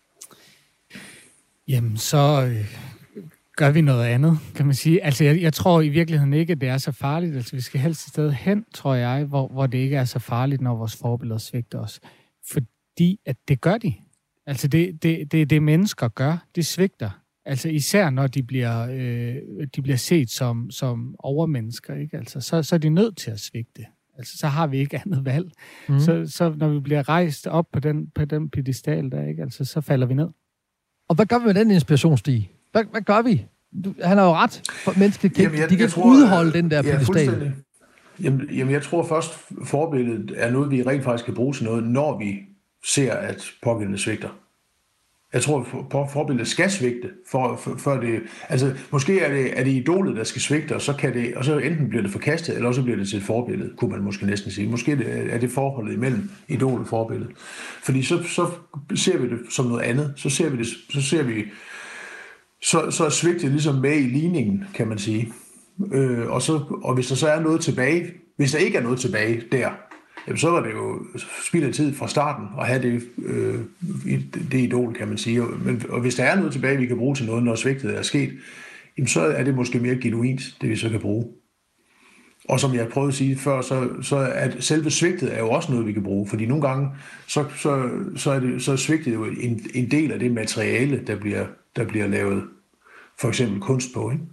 Speaker 3: Jamen, så øh, gør vi noget andet, kan man sige. Altså, jeg, jeg tror i virkeligheden ikke, at det er så farligt. Altså, vi skal helst et sted hen, tror jeg, hvor, hvor det ikke er så farligt, når vores forbilleder svigter os. Fordi, at det gør de. Altså, det, det, det, det mennesker gør, det svigter. Altså især når de bliver, øh, de bliver set som, som overmennesker, ikke? Altså, så, så er de nødt til at svigte. Altså, så har vi ikke andet valg. Mm. Så, så når vi bliver rejst op på den, på den pedestal der, ikke? Altså, så falder vi ned.
Speaker 1: Og hvad gør vi med den inspirationsstige? Hvad, hvad gør vi? Du, han har jo ret. Mennesket kan, jamen, jeg, de kan ikke tror, udholde den der ja, pedestal.
Speaker 2: Jamen, jamen, jeg tror først, forbilledet er noget, vi rent faktisk kan bruge til noget, når vi ser, at pågældende svigter. Jeg tror, at forbilledet skal svigte, for, for, for det, altså måske er det, er det idolet, der skal svigte, og så, kan det, og så enten bliver det forkastet, eller så bliver det til et forbillede, kunne man måske næsten sige. Måske er det forholdet imellem idol og forbillede. Fordi så, så ser vi det som noget andet. Så ser vi det, så ser vi, så, så er svigtet ligesom med i ligningen, kan man sige. Øh, og, så, og hvis der så er noget tilbage, hvis der ikke er noget tilbage der, jamen, så var det jo spild af tid fra starten at have det, øh, det idol, kan man sige. Men, og hvis der er noget tilbage, vi kan bruge til noget, når svigtet er sket, jamen, så er det måske mere genuint, det vi så kan bruge. Og som jeg prøvede at sige før, så, så er selve svigtet er jo også noget, vi kan bruge. Fordi nogle gange, så, så, så, er, det, så er svigtet jo en, en del af det materiale, der bliver, der bliver lavet for eksempel kunst på, ikke?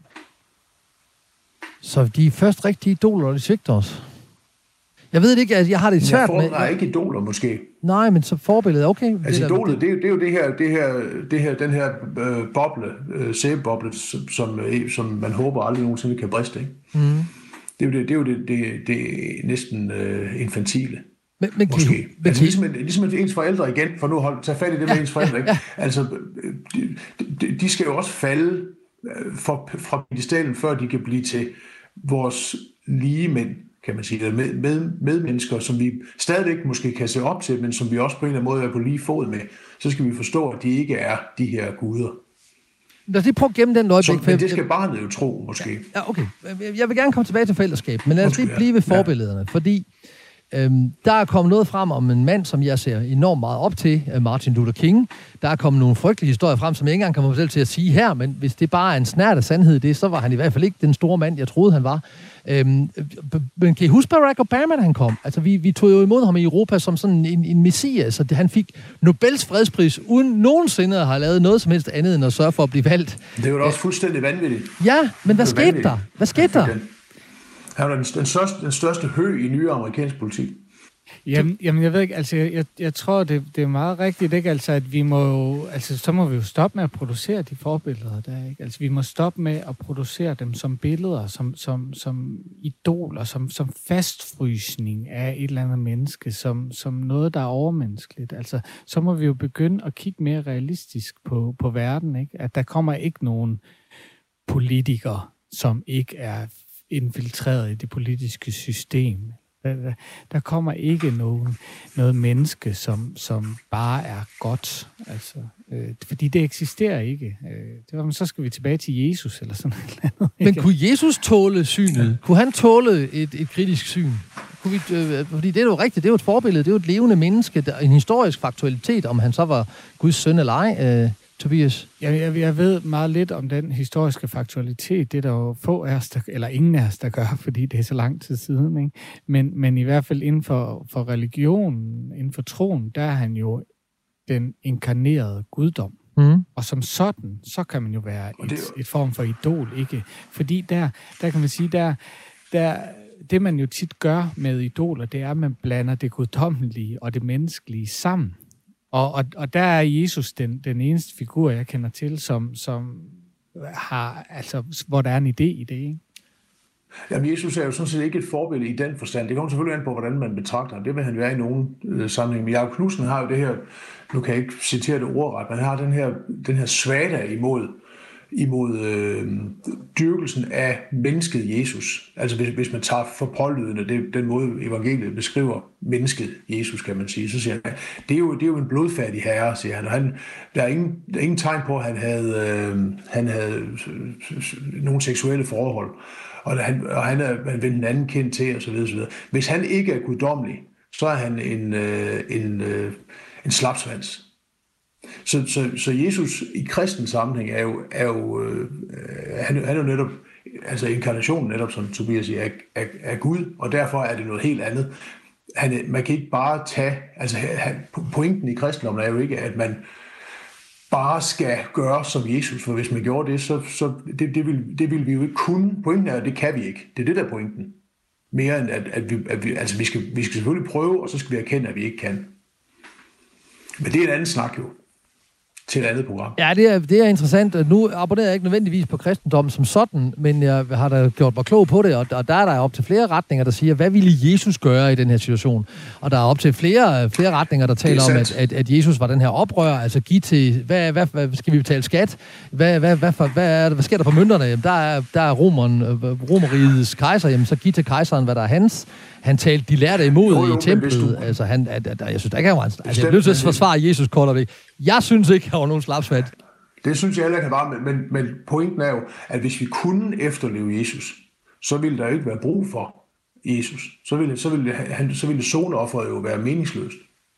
Speaker 1: Så de er først rigtige idoler, og de svigter os? Jeg ved ikke, at jeg har det svært med...
Speaker 2: Jeg er ikke idoler, måske.
Speaker 1: Nej, men så forbilledet, okay.
Speaker 2: Altså idolet, det, det er jo det her, det her, det her, den her øh, boble, øh, sæbeboble, som, øh, som man håber aldrig nogensinde kan briste, ikke? Mm. Det er jo det, det, er jo det, det, det er næsten øh, infantile. Men, men måske. Men, altså, ligesom, ligesom ens forældre igen, for nu at tage fat i det med ja, ens forældre, ikke? Ja. Altså, de, de, de skal jo også falde for, fra pedestalen, før de kan blive til vores lige mænd, kan man sige, eller med, med, medmennesker, som vi stadigvæk måske kan se op til, men som vi også på en eller anden måde er på lige fod med, så skal vi forstå, at de ikke er de her guder.
Speaker 1: Lad os lige prøve at gemme den øjeblik.
Speaker 2: Så, men det skal barnet jo tro, måske.
Speaker 1: Ja, ja, okay. Jeg vil gerne komme tilbage til forældreskab, men lad os lige blive ved forbillederne, ja. Fordi øhm, der er kommet noget frem om en mand, som jeg ser enormt meget op til, Martin Luther King. Der er kommet nogle frygtelige historier frem, som jeg ikke engang kommer selv til at sige her, men hvis det bare er en snert af sandhed, det, så var han i hvert fald ikke den store mand, jeg troede, han var. Øhm, men kan I huske Barack Obama, da han kom? Altså, vi, vi tog jo imod ham i Europa som sådan en, en messias, så han fik Nobels fredspris, uden nogensinde at have lavet noget som helst andet, end at sørge for at blive valgt.
Speaker 2: Det var da også fuldstændig vanvittigt.
Speaker 1: Ja, men hvad skete der? Hvad skete der?
Speaker 2: Han var den, den, største, den største hø i nyere amerikansk politik.
Speaker 3: Jamen, jamen, jeg ved ikke, altså, jeg, jeg tror, det, det er meget rigtigt, ikke? Altså, at vi må jo, altså, så må vi jo stoppe med at producere de forbilleder der, ikke? Altså, vi må stoppe med at producere dem som billeder, som, som, som idoler, som, som fastfrysning af et eller andet menneske, som, som noget, der er overmenneskeligt. Altså, så må vi jo begynde at kigge mere realistisk på, på verden, ikke? At der kommer ikke nogen politikere, som ikke er infiltreret i det politiske system. Der, der kommer ikke nogen, noget menneske, som, som bare er godt. Altså, øh, fordi det eksisterer ikke. Øh, det var, så skal vi tilbage til Jesus eller sådan noget.
Speaker 1: Men kunne Jesus tåle synet? Kunne han tåle et, et kritisk syn? Kunne vi, øh, fordi det er jo rigtigt, det er jo et forbillede, det er jo et levende menneske, der, en historisk faktualitet, om han så var Guds søn eller ej. Øh, Tobias?
Speaker 3: Jeg, jeg, jeg ved meget lidt om den historiske faktualitet. Det er der jo få af os, der, eller ingen af os, der gør, fordi det er så lang tid siden. Ikke? Men, men i hvert fald inden for, for religionen, inden for troen, der er han jo den inkarnerede guddom. Mm. Og som sådan, så kan man jo være et, et form for idol, ikke? Fordi der, der kan man sige, der, der, det man jo tit gør med idoler, det er, at man blander det guddommelige og det menneskelige sammen. Og, og, og der er Jesus den, den eneste figur, jeg kender til, som, som har, altså, hvor der er en idé i det, ikke?
Speaker 2: Jamen, Jesus er jo sådan set ikke et forbillede i den forstand. Det kommer selvfølgelig an på, hvordan man betragter ham. Det vil han være i nogen øh, sammenhæng. Men Jakob Knudsen har jo det her, nu kan jeg ikke citere det ordret, men han har den her, den her svada imod, imod øh, dyrkelsen af mennesket Jesus. Altså hvis, hvis man tager for pålydende det, den måde, evangeliet beskriver mennesket Jesus, kan man sige, så siger han, det er jo, det er jo en blodfærdig herre, siger han. Og han der, er ingen, der er ingen tegn på, at han havde, øh, han havde nogle seksuelle forhold. Og han, og han er han vendt en anden kind til, og så videre, så videre. Hvis han ikke er guddommelig, så er han en, øh, en, øh, en slapsvans. Så, så, så Jesus i kristen sammenhæng er jo, er jo øh, han, han er jo netop, altså inkarnationen netop, som Tobias siger, er, er, er Gud, og derfor er det noget helt andet. Han, man kan ikke bare tage, altså han, pointen i kristendommen er jo ikke, at man bare skal gøre som Jesus, for hvis man gjorde det, så, så det, det, vil, det vil vi jo ikke kunne. Pointen er, at det kan vi ikke. Det er det der pointen. Mere end at, at, vi, at vi, altså vi skal, vi skal selvfølgelig prøve, og så skal vi erkende, at vi ikke kan. Men det er en anden snak jo. Til et andet program.
Speaker 1: Ja, det er, det er interessant. Nu abonnerer jeg ikke nødvendigvis på kristendommen som sådan, men jeg har da gjort mig klog på det, og, og der er der op til flere retninger, der siger, hvad ville Jesus gøre i den her situation? Og der er op til flere, flere retninger, der taler om, at, at, at Jesus var den her oprør, altså give til, hvad, hvad, hvad skal vi betale skat? Hvad, hvad, hvad, hvad, hvad, hvad sker der på mønterne? Jamen, der er, der er Romeren, Romerrigets kejser, jamen så give til kejseren, hvad der er hans. Han talte de lærte imod jo, jo, i templet. Altså, han, at, at, jeg synes, der ikke er altså, jeg bliver nødt til at forsvare Jesus kort og det. Jeg synes ikke, han var nogen slapsvat.
Speaker 2: Det synes jeg heller ikke, han var, men, men pointen er jo, at hvis vi kunne efterleve Jesus, så ville der jo ikke være brug for Jesus. Så ville, så ville, han, så ville zoneofferet jo være meningsløst.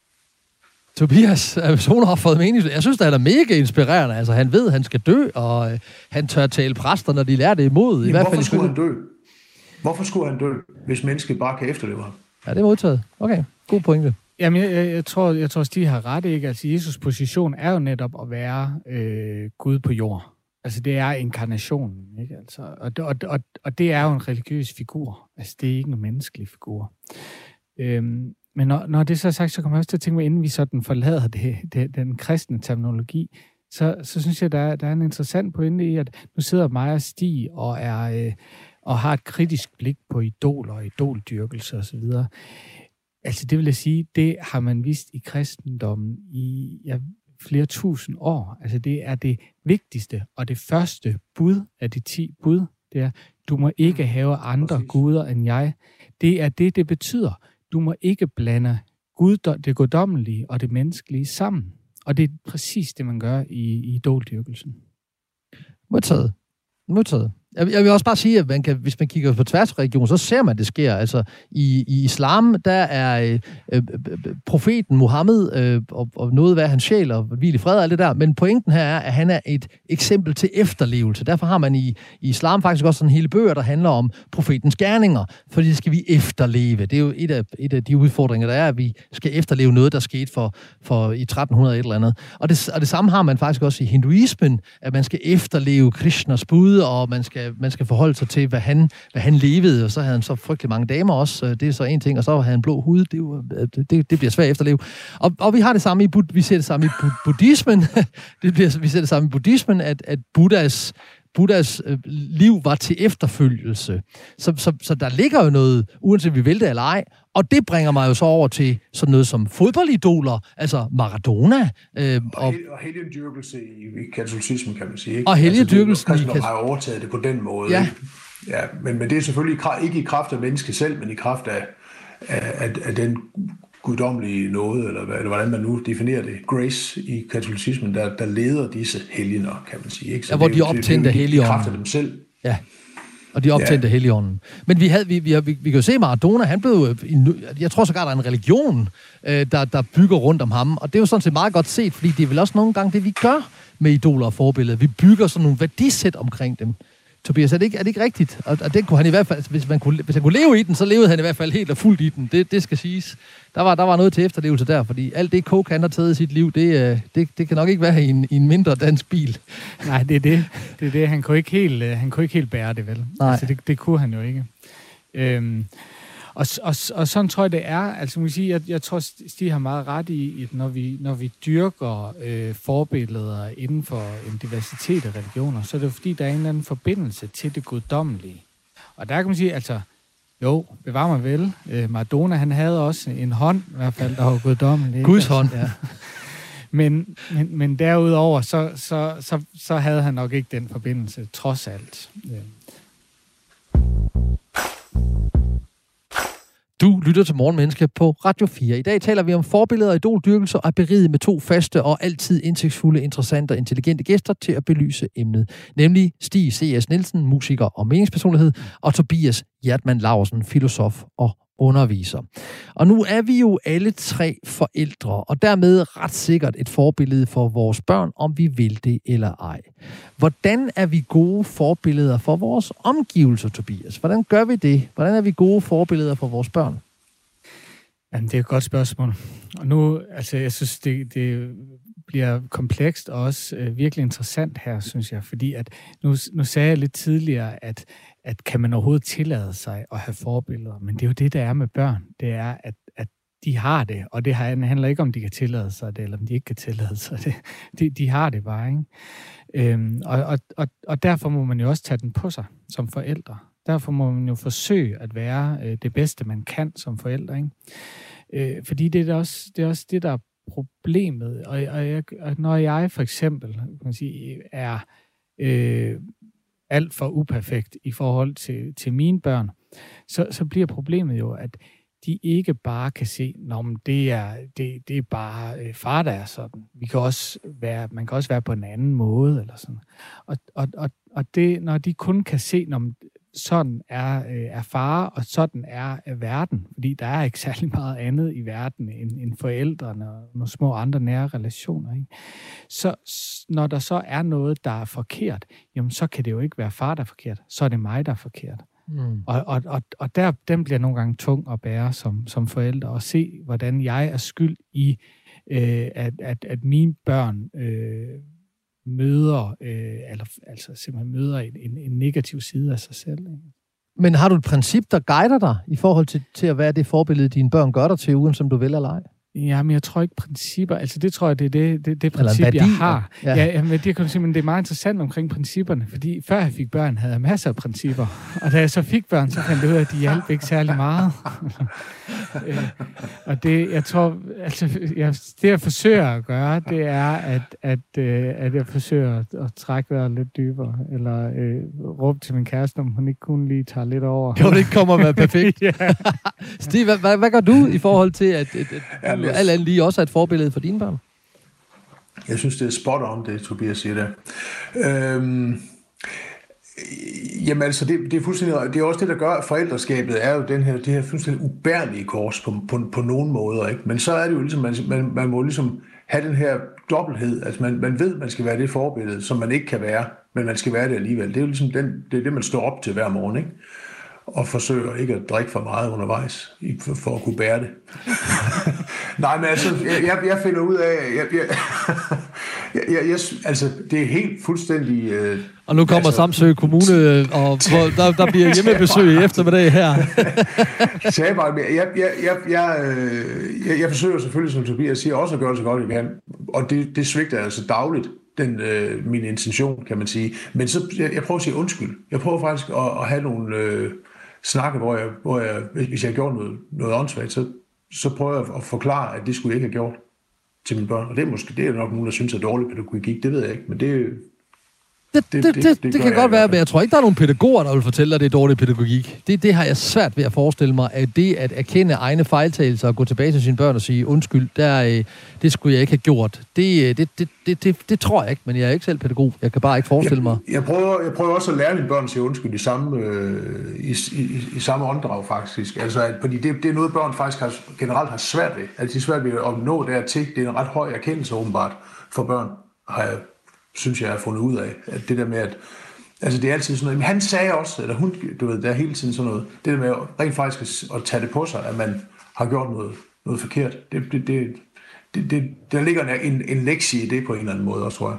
Speaker 1: Tobias, er zoneofferet meningsløst? Jeg synes, det er mega inspirerende. Altså, han ved, at han skal dø, og øh, han tør tale præster, når de lærer det imod.
Speaker 2: Jamen,
Speaker 1: I hvert
Speaker 2: hvorfor
Speaker 1: fald
Speaker 2: skulle han dø? Hvorfor skulle han dø, hvis mennesket bare kan efterleve ham?
Speaker 1: Ja, det er modtaget. Okay, god pointe.
Speaker 3: Jamen, jeg, jeg, jeg tror, jeg tror, Stig har ret, ikke? Altså, Jesus' position er jo netop at være øh, Gud på jord. Altså, det er inkarnationen, ikke? Altså, og, og, og, og det er jo en religiøs figur. Altså, det er ikke en menneskelig figur. Øhm, men når, når det så er sagt, så kommer jeg også til at tænke mig, inden vi sådan forlader det, det, den kristne terminologi, så, så synes jeg, der, der er en interessant pointe i, at nu sidder mig og Stig og er... Øh, og har et kritisk blik på idoler og idoldyrkelse osv. Altså det vil jeg sige, det har man vist i kristendommen i, jeg flere tusind år. Altså det er det vigtigste og det første bud af de ti bud. Det er, du må ikke have andre Præcis. guder end jeg. Det er det, det betyder. Du må ikke blande Gud, det guddommelige og det menneskelige sammen. Og det er præcis det, man gør i, i idoldyrkelsen.
Speaker 1: Modtaget. Modtaget. Jeg vil også bare sige, at man kan, hvis man kigger på tværs af religion, så ser man, at det sker. Altså, i, i islam, der er øh, øh, profeten Muhammed øh, og, og noget, hvad han sjæl og hvil i fred og alt det der. Men pointen her er, at han er et eksempel til efterlevelse. Derfor har man i, i islam faktisk også sådan hele bøger, der handler om profetens gerninger. Fordi det skal vi efterleve. Det er jo et af, et af de udfordringer, der er, at vi skal efterleve noget, der skete for, for i tretten hundrede et eller andet. Og det, og det samme har man faktisk også i hinduismen, at man skal efterleve Krishnas bud, og man skal man skal forholde sig til, hvad han, hvad han levede, og så havde han så frygtelig mange damer også, det er så en ting, og så havde han blå hud, det, er jo, det, det bliver svært at efterleve. Og, og vi har det samme i, vi ser det samme i buddhismen, det bliver, vi ser det samme i buddhismen, at, at Buddhas, Buddhas liv var til efterfølgelse. Så, så, så der ligger jo noget, uanset vi vil det eller ej, og det bringer mig jo så over til sådan noget som fodboldidoler, altså Maradona. Øh,
Speaker 2: og, og helgendyrkelse i, i katolicismen, kan man sige. Ikke?
Speaker 1: Og helgendyrkelsen
Speaker 2: altså, i... har overtaget det på den måde.
Speaker 1: Ja.
Speaker 2: Ja, men, men det er selvfølgelig ikke i kraft af mennesket selv, men i kraft af, af, af, af den guddommelige nåde, eller, eller hvordan man nu definerer det, grace i katolicismen, der, der leder disse helgener, kan man sige. Ikke? Så
Speaker 1: ja, hvor de optændte helligånden.
Speaker 2: I kraft af dem selv.
Speaker 1: Ja. Og de optændte ja. helligånden. Men vi, havde, vi, vi, vi, vi kan jo se, Maradona, han blev, jeg tror sågar, der er en religion, øh, der, der bygger rundt om ham. Og det er jo sådan set meget godt set, fordi det er vel også nogle gange det, vi gør med idoler og forbilleder. Vi bygger sådan nogle værdisæt omkring dem. Tobias, er det ikke, er det ikke rigtigt? Og, og det kunne han i hvert fald, hvis, man kunne, hvis han kunne leve i den, så levede han i hvert fald helt og fuldt i den. Det, det skal siges. Der var, der var noget til efterlevelse der, fordi alt det coke, han har taget i sit liv, det, det, det kan nok ikke være i en, i en mindre dansk bil.
Speaker 3: Nej, det er det. Det er det. Han kunne ikke helt, han kunne ikke helt bære det, vel?
Speaker 1: Nej.
Speaker 3: Altså, det, det kunne han jo ikke. Øhm, og, og, og sådan tror jeg, det er. Altså, man kan sige, jeg, jeg tror, Stig har meget ret i, at når vi, når vi dyrker øh, forbilleder inden for en diversitet af religioner, så er det jo fordi, der er en eller anden forbindelse til det guddommelige. Og der kan man sige, altså, jo, bevar mig vel. Øh, Maradona, han havde også en hånd, i hvert fald, der var guddommelig.
Speaker 1: Guds hånd.
Speaker 3: Ja. Men, men, men derudover, så, så, så, så havde han nok ikke den forbindelse, trods alt. Ja.
Speaker 1: Du lytter til Morgenmenneske på Radio fire. I dag taler vi om forbilleder og idoldyrkelser og er beriget med to faste og altid indsigtsfulde, interessante og intelligente gæster til at belyse emnet. Nemlig Stig C S. Nielsen, musiker og meningspersonlighed, og Tobias Hjertmann Laursen, filosof og underviser. Og nu er vi jo alle tre forældre, og dermed ret sikkert et forbillede for vores børn, om vi vil det eller ej. Hvordan er vi gode forbilleder for vores omgivelser, Tobias? Hvordan gør vi det? Hvordan er vi gode forbilleder for vores børn?
Speaker 3: Jamen, det er et godt spørgsmål. Og nu, altså, jeg synes, det, det bliver komplekst og også øh, virkelig interessant her, synes jeg, fordi at nu, nu sagde jeg lidt tidligere, at at kan man overhovedet tillade sig at have forbilleder. Men det er jo det, der er med børn. Det er, at, at de har det, og det handler ikke om, de kan tillade sig det, eller om de ikke kan tillade sig det. De, de har det bare, ikke? Øhm, og, og, og, og derfor må man jo også tage den på sig som forældre. Derfor må man jo forsøge at være øh, det bedste, man kan som forældre, ikke? Øh, fordi det er også det, er også det der er problemet. Og, og, jeg, og når jeg for eksempel kan man sige, er... Øh, alt for uperfekt i forhold til, til mine børn, så, så bliver problemet jo, at de ikke bare kan se, at det er, det, det er bare øh, far, der er sådan. Vi kan også være, man kan også være på en anden måde, eller sådan. Og, og, og, og det, når de kun kan se, at sådan er, øh, er far, og sådan er, er verden, fordi der er ikke særlig meget andet i verden end, end forældrene og nogle små andre nære relationer, ikke? Så når der så er noget, der er forkert, jamen så kan det jo ikke være far, der er forkert, så er det mig, der er forkert. Mm. Og, og, og, og der, den bliver nogle gange tung at bære som, som forældre, og se, hvordan jeg er skyld i, øh, at, at, at mine børn øh, møder, øh, eller, altså simpelthen møder en, en, en negativ side af sig selv. Ikke?
Speaker 1: Men har du et princip, der guider dig i forhold til, til at være det forbillede, dine børn gør dig til, uden som du vil eller ej?
Speaker 3: Jamen, jeg tror ikke principper. Altså, det tror jeg, det er det, det, det princip, jeg har. Ja, ja jamen, det, kan du sige, men det er meget interessant omkring principperne, fordi før jeg fik børn, havde jeg masser af principper. Og da jeg så fik børn, så fandt jeg ud af, at de hjalp ikke særlig meget. øh, og det, jeg tror, altså, jeg, det jeg forsøger at gøre, det er, at, at, øh, at jeg forsøger at, at trække vejret lidt dybere, eller øh, råbe til min kæreste, om hun ikke kun lige tager lidt over.
Speaker 1: Jo, det ikke kommer at være perfekt. Ja. Stig, hvad, hvad, hvad gør du i forhold til, at, at, at du alt andet lige også er et forbillede for dine børn?
Speaker 2: Jeg synes, det er spot on, det Tobias siger der. Øhm, jamen altså, det, det er fuldstændig, det er også det, der gør, at forældreskabet er jo den her, det her fuldstændig ubærlige kors på, på, på nogle måder, ikke? Men så er det jo ligesom, man, man, man må ligesom have den her dobbelthed, altså man, man ved, man skal være det forbillede, som man ikke kan være, men man skal være det alligevel. Det er jo ligesom den, det, er det, man står op til hver morgen, ikke? Og forsøger ikke at drikke for meget undervejs, for, for at kunne bære det. Nej, men altså, jeg, jeg finder ud af, jeg, jeg, jeg, jeg, jeg, altså, det er helt fuldstændig... Øh,
Speaker 1: og nu kommer altså, Samsø Kommune, og der, der bliver hjemmebesøg i eftermiddag her.
Speaker 2: jeg, jeg, jeg, jeg, jeg, jeg, jeg forsøger selvfølgelig, som Tobias siger, også at gøre det så godt, jeg kan. Og det, det svigter altså dagligt. Den, øh, min intention, kan man sige. Men så, jeg, jeg prøver at sige undskyld. Jeg prøver faktisk at, at have nogle øh, snakke, hvor jeg, hvor jeg, hvis jeg har gjort noget, noget åndssvagt, så, så prøver jeg at forklare, at det skulle jeg ikke have gjort til mine børn. Og det er måske, det er nok nogen, der synes er dårligt pædagogik, det ved jeg ikke, men det
Speaker 1: Det, det, det, det, det, det, det kan godt være, men jeg tror ikke, der er nogen pædagoger, der vil fortælle dig, at det er dårlig pædagogik. Det, det har jeg svært ved at forestille mig, at det at erkende egne fejltagelser og gå tilbage til sine børn og sige, undskyld, der, det skulle jeg ikke have gjort. Det, det, det, det, det, det tror jeg ikke, men jeg er ikke selv pædagog. Jeg kan bare ikke forestille mig.
Speaker 2: Jeg, jeg, prøver, jeg prøver også at lære mine børn at sige undskyld i samme, øh, i, i, i samme åndedrag, faktisk. Altså, at, fordi det, det er noget, børn faktisk har, generelt har svært ved. Altså, de er svært ved at nå dertil. Det er en ret høj erkendelse, åbenbart, for børn, har jeg synes jeg har fundet ud af, at det der med, at altså det er altid sådan noget, men han sagde også, eller hun, du ved, der er hele tiden sådan noget, det der med rent faktisk at, at tage det på sig, at man har gjort noget, noget forkert, det, det, det, det, det, der ligger en, en lektie i det på en eller anden måde også, tror jeg.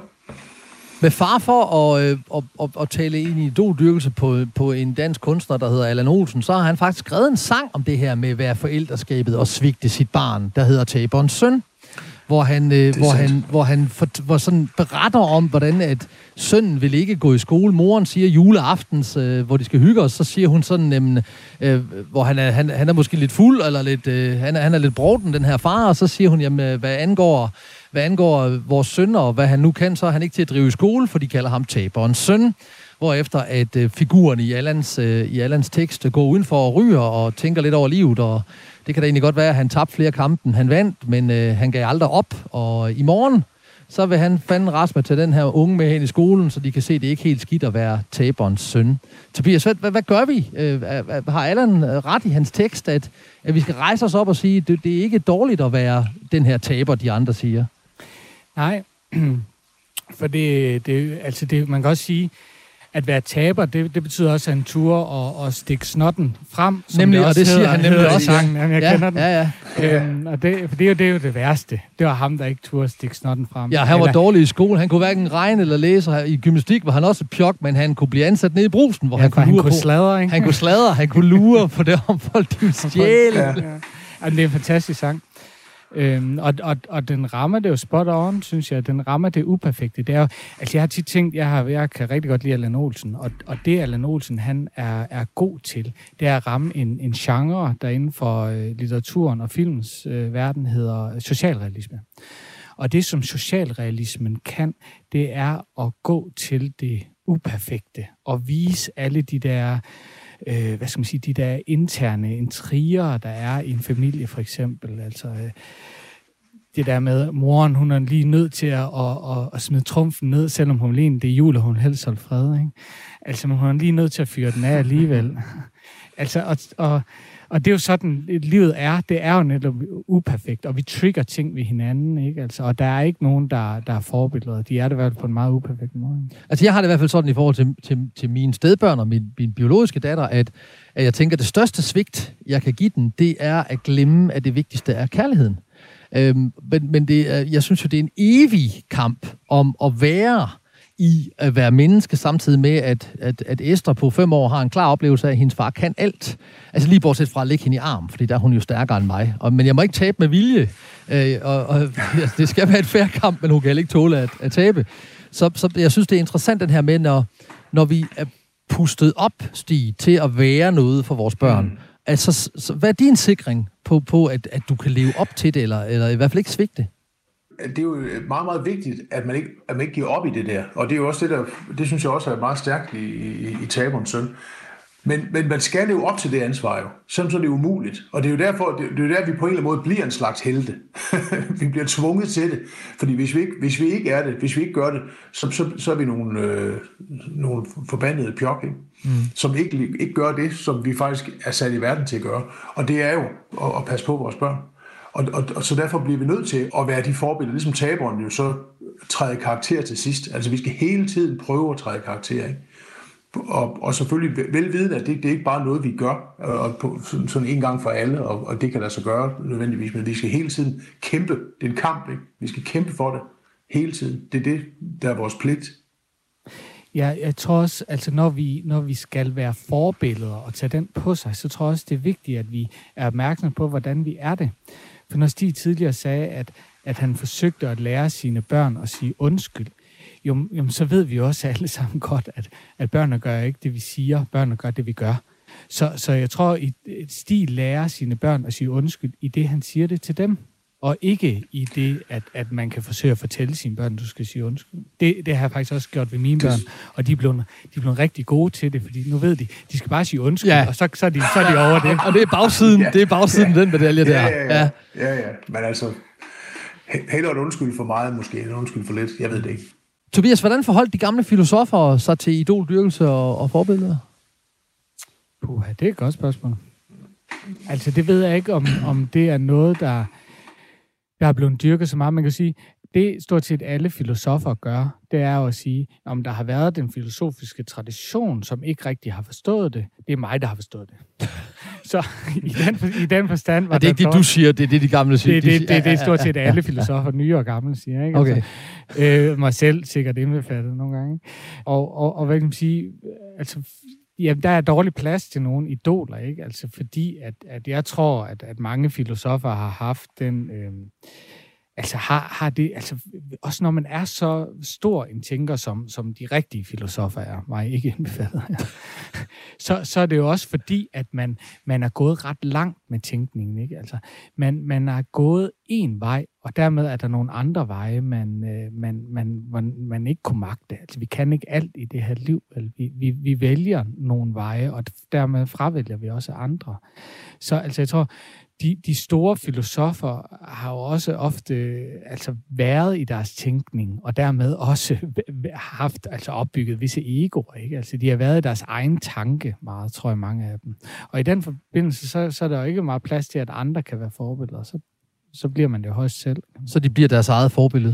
Speaker 1: Med far for at, øh, at, at, at tale ind i idoldyrkelse på, på en dansk kunstner, der hedder Allan Olsen, så har han faktisk skrevet en sang om det her med at være forældreskabet og svigte sit barn, der hedder Taberens Søn. Hvor han, øh, hvor, han, hvor han for, hvor sådan beretter om, hvordan at sønnen vil ikke gå i skole. Moren siger juleaftens, øh, hvor de skal hygge os, så siger hun sådan, øh, hvor han er, han, han er måske lidt fuld, eller lidt, øh, han, er, han er lidt broden, den her far, og så siger hun, jamen, hvad angår, hvad angår vores søn, og hvad han nu kan, så er han ikke til at drive i skole, for de kalder ham Taberens Søn. Hvorefter at øh, figuren i Allans, øh, i Allans tekst går udenfor og ryger og tænker lidt over livet, og det kan da egentlig godt være, at han tabte flere kampe, end han vandt, men øh, han gav aldrig op. Og i morgen, så vil han fandme rasme til den her unge med hen i skolen, så de kan se, at det ikke er helt skidt at være taberens søn. Tobias, hvad, hvad gør vi? Øh, har Allan ret i hans tekst, at, at vi skal rejse os op og sige, at det, det er ikke dårligt at være den her taber, de andre siger?
Speaker 3: Nej, for det, det, altså det, man kan også sige, at være taber, det, det betyder også, at han turer og, og stikke snotten frem.
Speaker 1: Nemlig, det og det siger hedder, han nemlig også.
Speaker 3: Sangen. Jamen, jeg
Speaker 1: ja,
Speaker 3: kender den.
Speaker 1: Ja, ja.
Speaker 3: Øhm, og det, for det er, jo, det er jo det værste. Det var ham, der ikke turde stikke snotten frem.
Speaker 1: Ja, han var eller, dårlig i skole. Han kunne hverken regne eller læse. I gymnastik var han også et pjok, men han kunne blive ansat nede i brusen, hvor
Speaker 3: ja,
Speaker 1: han kunne
Speaker 3: lure
Speaker 1: han
Speaker 3: kunne på. Sladre, ikke?
Speaker 1: Han kunne sladre, han kunne lure på det, om folk de ville stjæle. Ja.
Speaker 3: Ja. Det er en fantastisk sang. Øhm, og, og, og den rammer det jo spot on, synes jeg. Den rammer det uperfekte. Det er jo, altså jeg har tit tænkt, jeg, har, jeg kan rigtig godt lide Allan Olsen, og, og det Allan Olsen, han er, er god til, det er at ramme en, en genre, der inden for øh, litteraturen og filmens øh, verden hedder socialrealisme. Og det, som socialrealismen kan, det er at gå til det uperfekte og vise alle de der Øh, hvad skal man sige, de der interne intriger, der er i en familie, for eksempel. Altså, øh, det der med, moren, hun er lige nødt til at, at, at, at smide trumfen ned, selvom hun lige det er jul, og hun helst holder fred, ikke? Altså, hun er lige nødt til at fyre den af alligevel. altså, og, og, og det er jo sådan, livet er, det er jo netop uperfekt, og vi trigger ting ved hinanden, ikke? Altså, og der er ikke nogen, der, der er forbilleder. De er det i hvert fald på en meget uperfekt måde.
Speaker 1: Altså, jeg har det i hvert fald sådan i forhold til, til, til mine stedbørn og min, min biologiske datter, at, at jeg tænker, at det største svigt, jeg kan give den, det er at glemme, at det vigtigste er kærligheden. Øhm, men men det, jeg synes jo, det er en evig kamp om at være i at være menneske, samtidig med, at, at, at Esther på fem år har en klar oplevelse af, at hendes far kan alt. Altså lige bortset fra at lægge hende i arm, fordi der er hun jo stærkere end mig. Og, men jeg må ikke tabe med vilje. Øh, og, og ja, det skal være et fair kamp, men hun kan ikke tåle at, at tabe. Så, så jeg synes, det er interessant den her med, når, når vi er pustet op, Stig, til at være noget for vores børn, mm. Altså, så, hvad er din sikring på, på at, at du kan leve op til det, eller, eller i hvert fald ikke svigte?
Speaker 2: Det er jo meget, meget vigtigt, at man ikke, at man ikke giver op i det der. Og det er jo også det, der, det synes jeg også er meget stærkt i, i, i Taberens søn. Men, men man skal leve op til det ansvar jo, selvom så er det umuligt. Og det er jo derfor, det, det er jo der, vi på en eller anden måde bliver en slags helte. Vi bliver tvunget til det. Fordi hvis vi ikke, hvis vi ikke er det, hvis vi ikke gør det, så, så, så er vi nogle, øh, nogle forbandede pjok, ikke? Mm. Som ikke, ikke gør det, som vi faktisk er sat i verden til at gøre. Og det er jo at, at passe på vores børn. Og, og, og så derfor bliver vi nødt til at være de forbilleder, ligesom Taberen jo så træder i karakter til sidst. Altså vi skal hele tiden prøve at træde i karakter, ikke? Og, og selvfølgelig velvidende, at det, det er ikke bare noget, vi gør og på, sådan, sådan en gang for alle, og, og det kan der så gøre nødvendigvis, men vi skal hele tiden kæmpe. Det er en kamp, ikke? Vi skal kæmpe for det hele tiden. Det er det, der er vores pligt.
Speaker 3: Ja, jeg tror også, altså når vi, når vi skal være forbilleder og tage den på sig, så tror jeg også, det er vigtigt, at vi er opmærksomme på, hvordan vi er det. For når Stig tidligere sagde, at, at han forsøgte at lære sine børn at sige undskyld, jo, jo, så ved vi jo også alle sammen godt, at, at børnene gør ikke det, vi siger. Børnene gør det, vi gør. Så, så jeg tror, at Stig lærer sine børn at sige undskyld i det, han siger det til dem. Og ikke i det, at, at man kan forsøge at fortælle sine børn, at du skal sige undskyld. Det, det har jeg faktisk også gjort ved mine børn, og de er blevet, de er blevet rigtig gode til det, fordi nu ved de, de skal bare sige undskyld, ja. og så, så, er de, så er de over det.
Speaker 1: Og det er bagsiden, ja. det er bagsiden
Speaker 2: ja.
Speaker 1: den medalje der.
Speaker 2: Ja, ja, ja. ja, ja. Men altså, heller et undskyld for meget måske, en undskyld for lidt, jeg ved det ikke.
Speaker 1: Tobias, hvordan forholdt de gamle filosofer sig til idoldyrkelse og, og forbilleder?
Speaker 3: Puha, det er et godt spørgsmål. Altså, det ved jeg ikke, om, om det er noget, der, der er blevet dyrket så meget. Man kan sige, det stort set alle filosofer gør, det er jo at sige, om der har været den filosofiske tradition, som ikke rigtig har forstået det. Det er mig, der har forstået det. Så i den, i den forstand var
Speaker 1: er det ikke det, du siger, det er det, de gamle siger?
Speaker 3: Det, det, det, det, det er stort set alle filosofer, nye og gamle, siger. Ikke?
Speaker 1: Okay.
Speaker 3: Altså, øh, mig selv sikkert indbefattet nogle gange. Ikke? Og, og, og hvad kan man sige, altså, ja, der er dårlig plads til nogle idoler, ikke? Altså fordi, at, at jeg tror, at, at mange filosofer har haft den... Øh, Altså har, har det, altså også når man er så stor en tænker, som, som de rigtige filosofer er, mig ikke indbefattet, så, så er det jo også fordi, at man, man er gået ret langt med tænkningen, ikke? Altså man, man er gået en vej, og dermed er der nogle andre veje, man, man, man, man, man ikke kunne magte. Altså vi kan ikke alt i det her liv, vi, vi, vi vælger nogle veje, og dermed fravælger vi også andre. Så altså jeg tror, De, de store filosofer har jo også ofte altså været i deres tænkning, og dermed også haft altså opbygget visse egoer, ikke? Altså de har været i deres egen tanke meget, tror jeg, mange af dem. Og i den forbindelse, så, så er der jo ikke meget plads til, at andre kan være forbilleder. Så, så bliver man det højst selv.
Speaker 1: Så de bliver deres eget forbillede?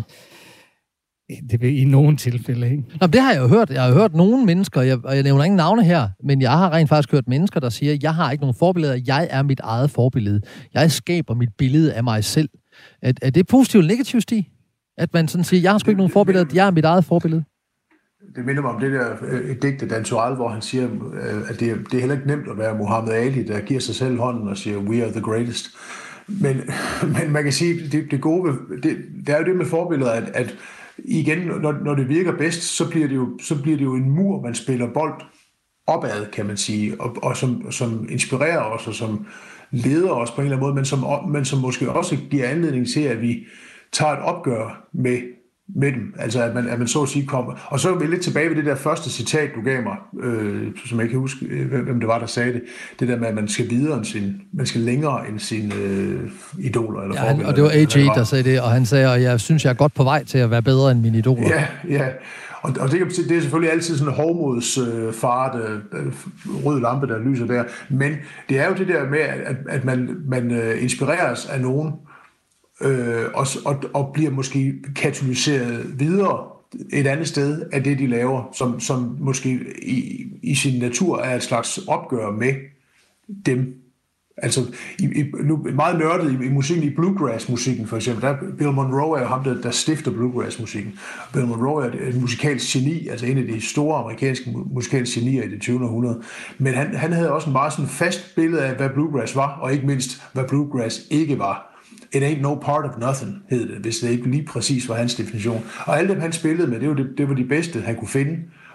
Speaker 3: Det vil i nogle tilfælde, ikke?
Speaker 1: Nå, det har jeg jo hørt. Jeg har hørt nogle mennesker, og jeg, og jeg nævner ingen navne her, men jeg har rent faktisk hørt mennesker, der siger, jeg har ikke nogen forbilleder, jeg er mit eget forbillede. Jeg skaber mit billede af mig selv. Er, er det positivt eller negativt, Stig? At man sådan siger, jeg har sgu ikke nogen forbilleder, jeg er mit eget forbillede.
Speaker 2: Det minder mig om det der et digt af Dan Turèll, hvor han siger, at det, det er heller ikke nemt at være Muhammad Ali, der giver sig selv hånden og siger, we are the greatest. Men, men man kan sige, det, det gode, det, det er jo det med forbilleder, at, at igen, når, når det virker bedst, så bliver det, jo, så bliver det jo en mur, man spiller bold opad, kan man sige, og, og som, som inspirerer os, og som leder os på en eller anden måde, men som, men som måske også giver anledning til, at vi tager et opgør med, med dem. Altså, at man, at man så at sige kommer. Og så er vi lidt tilbage ved det der første citat, du gav mig, øh, som jeg ikke kan huske, hvem det var, der sagde det. Det der med, at man skal videre end sin, man skal længere end sine øh, idoler. Eller
Speaker 1: ja, han, og det var A J, der sagde det, og han sagde, og jeg synes, jeg er godt på vej til at være bedre end mine idoler.
Speaker 2: Ja, ja. Og, og det, det er selvfølgelig altid sådan en hovmods øh, fart, øh, rød lampe, der lyser der. Men det er jo det der med, at, at man, man øh, inspireres af nogen, øh, og, og, og bliver måske katalyseret videre et andet sted af det, de laver, som, som måske i, i sin natur er et slags opgør med dem. Altså, i, i, nu, meget nørdet i, i musikken, i bluegrass-musikken for eksempel, der Bill Monroe er jo ham, der, der stifter bluegrass-musikken. Bill Monroe er et, et musikalsk geni, altså en af de store amerikanske musikalske genier i det tyvende århundrede. Men han, han havde også en meget sådan fast billede af, hvad bluegrass var, og ikke mindst, hvad bluegrass ikke var. It ain't no part of nothing, hed det, hvis det ikke lige præcis var hans definition. Og alle dem, han spillede med, det var, det, det var de bedste, han kunne finde.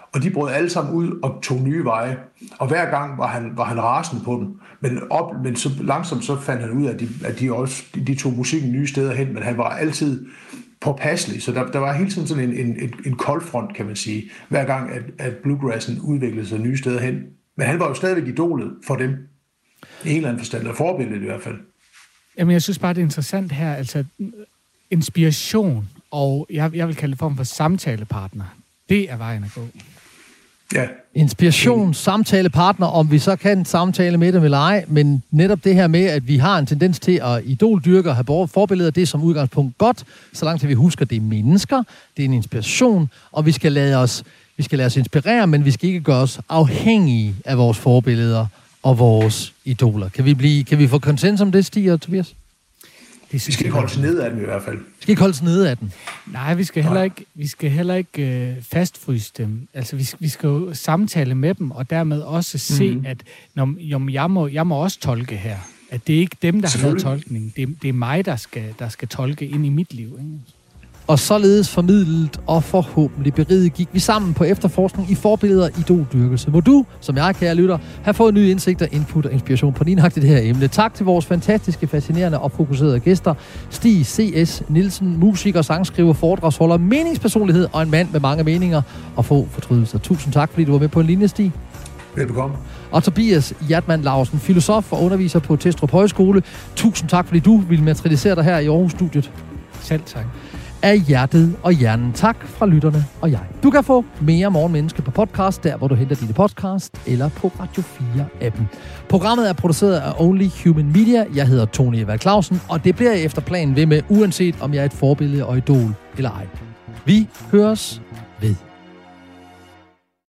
Speaker 2: Og de brød alle sammen ud og tog nye veje. Og hver gang var han, var han rasende på dem. Men, op, men så langsomt så fandt han ud af, at de, at de også de tog musikken nye steder hen, men han var altid påpasselig. Så der, der var hele tiden sådan en, en, en, en koldfront, kan man sige, hver gang, at, at bluegrassen udviklede sig nye steder hen. Men han var jo stadigvæk idolet for dem. I en eller anden forstand, og forbilledet i hvert fald.
Speaker 3: Jamen, jeg synes bare, det er interessant her, altså inspiration, og jeg, jeg vil kalde det form for samtalepartner. Det er vejen at gå.
Speaker 2: Ja.
Speaker 1: Inspiration, samtalepartner, om vi så kan samtale med dem eller ej, men netop det her med, at vi har en tendens til at idoldyrke og have forbilleder, det er som udgangspunkt godt, så langt til vi husker, det er mennesker, det er en inspiration, og vi skal lade os, vi skal lade os inspirere, men vi skal ikke gøre os afhængige af vores forbilleder og vores idoler. Kan vi, blive, kan vi få konsens om det, Stig og Tobias?
Speaker 2: Det vi skal ikke holde os nede af dem i hvert fald. Vi
Speaker 1: skal ikke holde os nede af den.
Speaker 3: Nej, vi skal heller ikke, vi skal heller ikke øh, fastfryse dem. Altså, vi, vi skal jo samtale med dem, og dermed også se, mm-hmm. at når, jo, jeg, må, jeg må også tolke her. At det er ikke dem, der har lavet tolkning. Det, det er mig, der skal, der skal tolke ind i mit liv. Ikke?
Speaker 1: Og således formidlet og forhåbentlig beriget gik vi sammen på efterforskning i forbilleder og idoldyrkelse. Må du, som jeg, kære lytter, have fået nye indsigter, input og inspiration på lignagtigt det her emne. Tak til vores fantastiske, fascinerende og fokuserede gæster. Stig C S. Nielsen, musiker, sangskriver, foredragsholder, meningspersonlighed og en mand med mange meninger og få fortrydelser. Tusind tak, fordi du var med på en linje, Stig.
Speaker 2: Velbekomme.
Speaker 1: Og Tobias Hjertmann Lausen, filosof og underviser på Testrup Højskole. Tusind tak, fordi du ville materialisere dig her i Aarhus-studiet.
Speaker 3: Selv tak.
Speaker 1: Af hjertet og hjernen. Tak fra lytterne og jeg. Du kan få mere Morgenmenneske på podcast, der hvor du henter dine podcast, eller på Radio fire-appen. Programmet er produceret af Only Human Media. Jeg hedder Tony Evald Clausen, og det bliver jeg efter planen ved med, uanset om jeg er et forbillede og idol eller ej. Vi høres ved.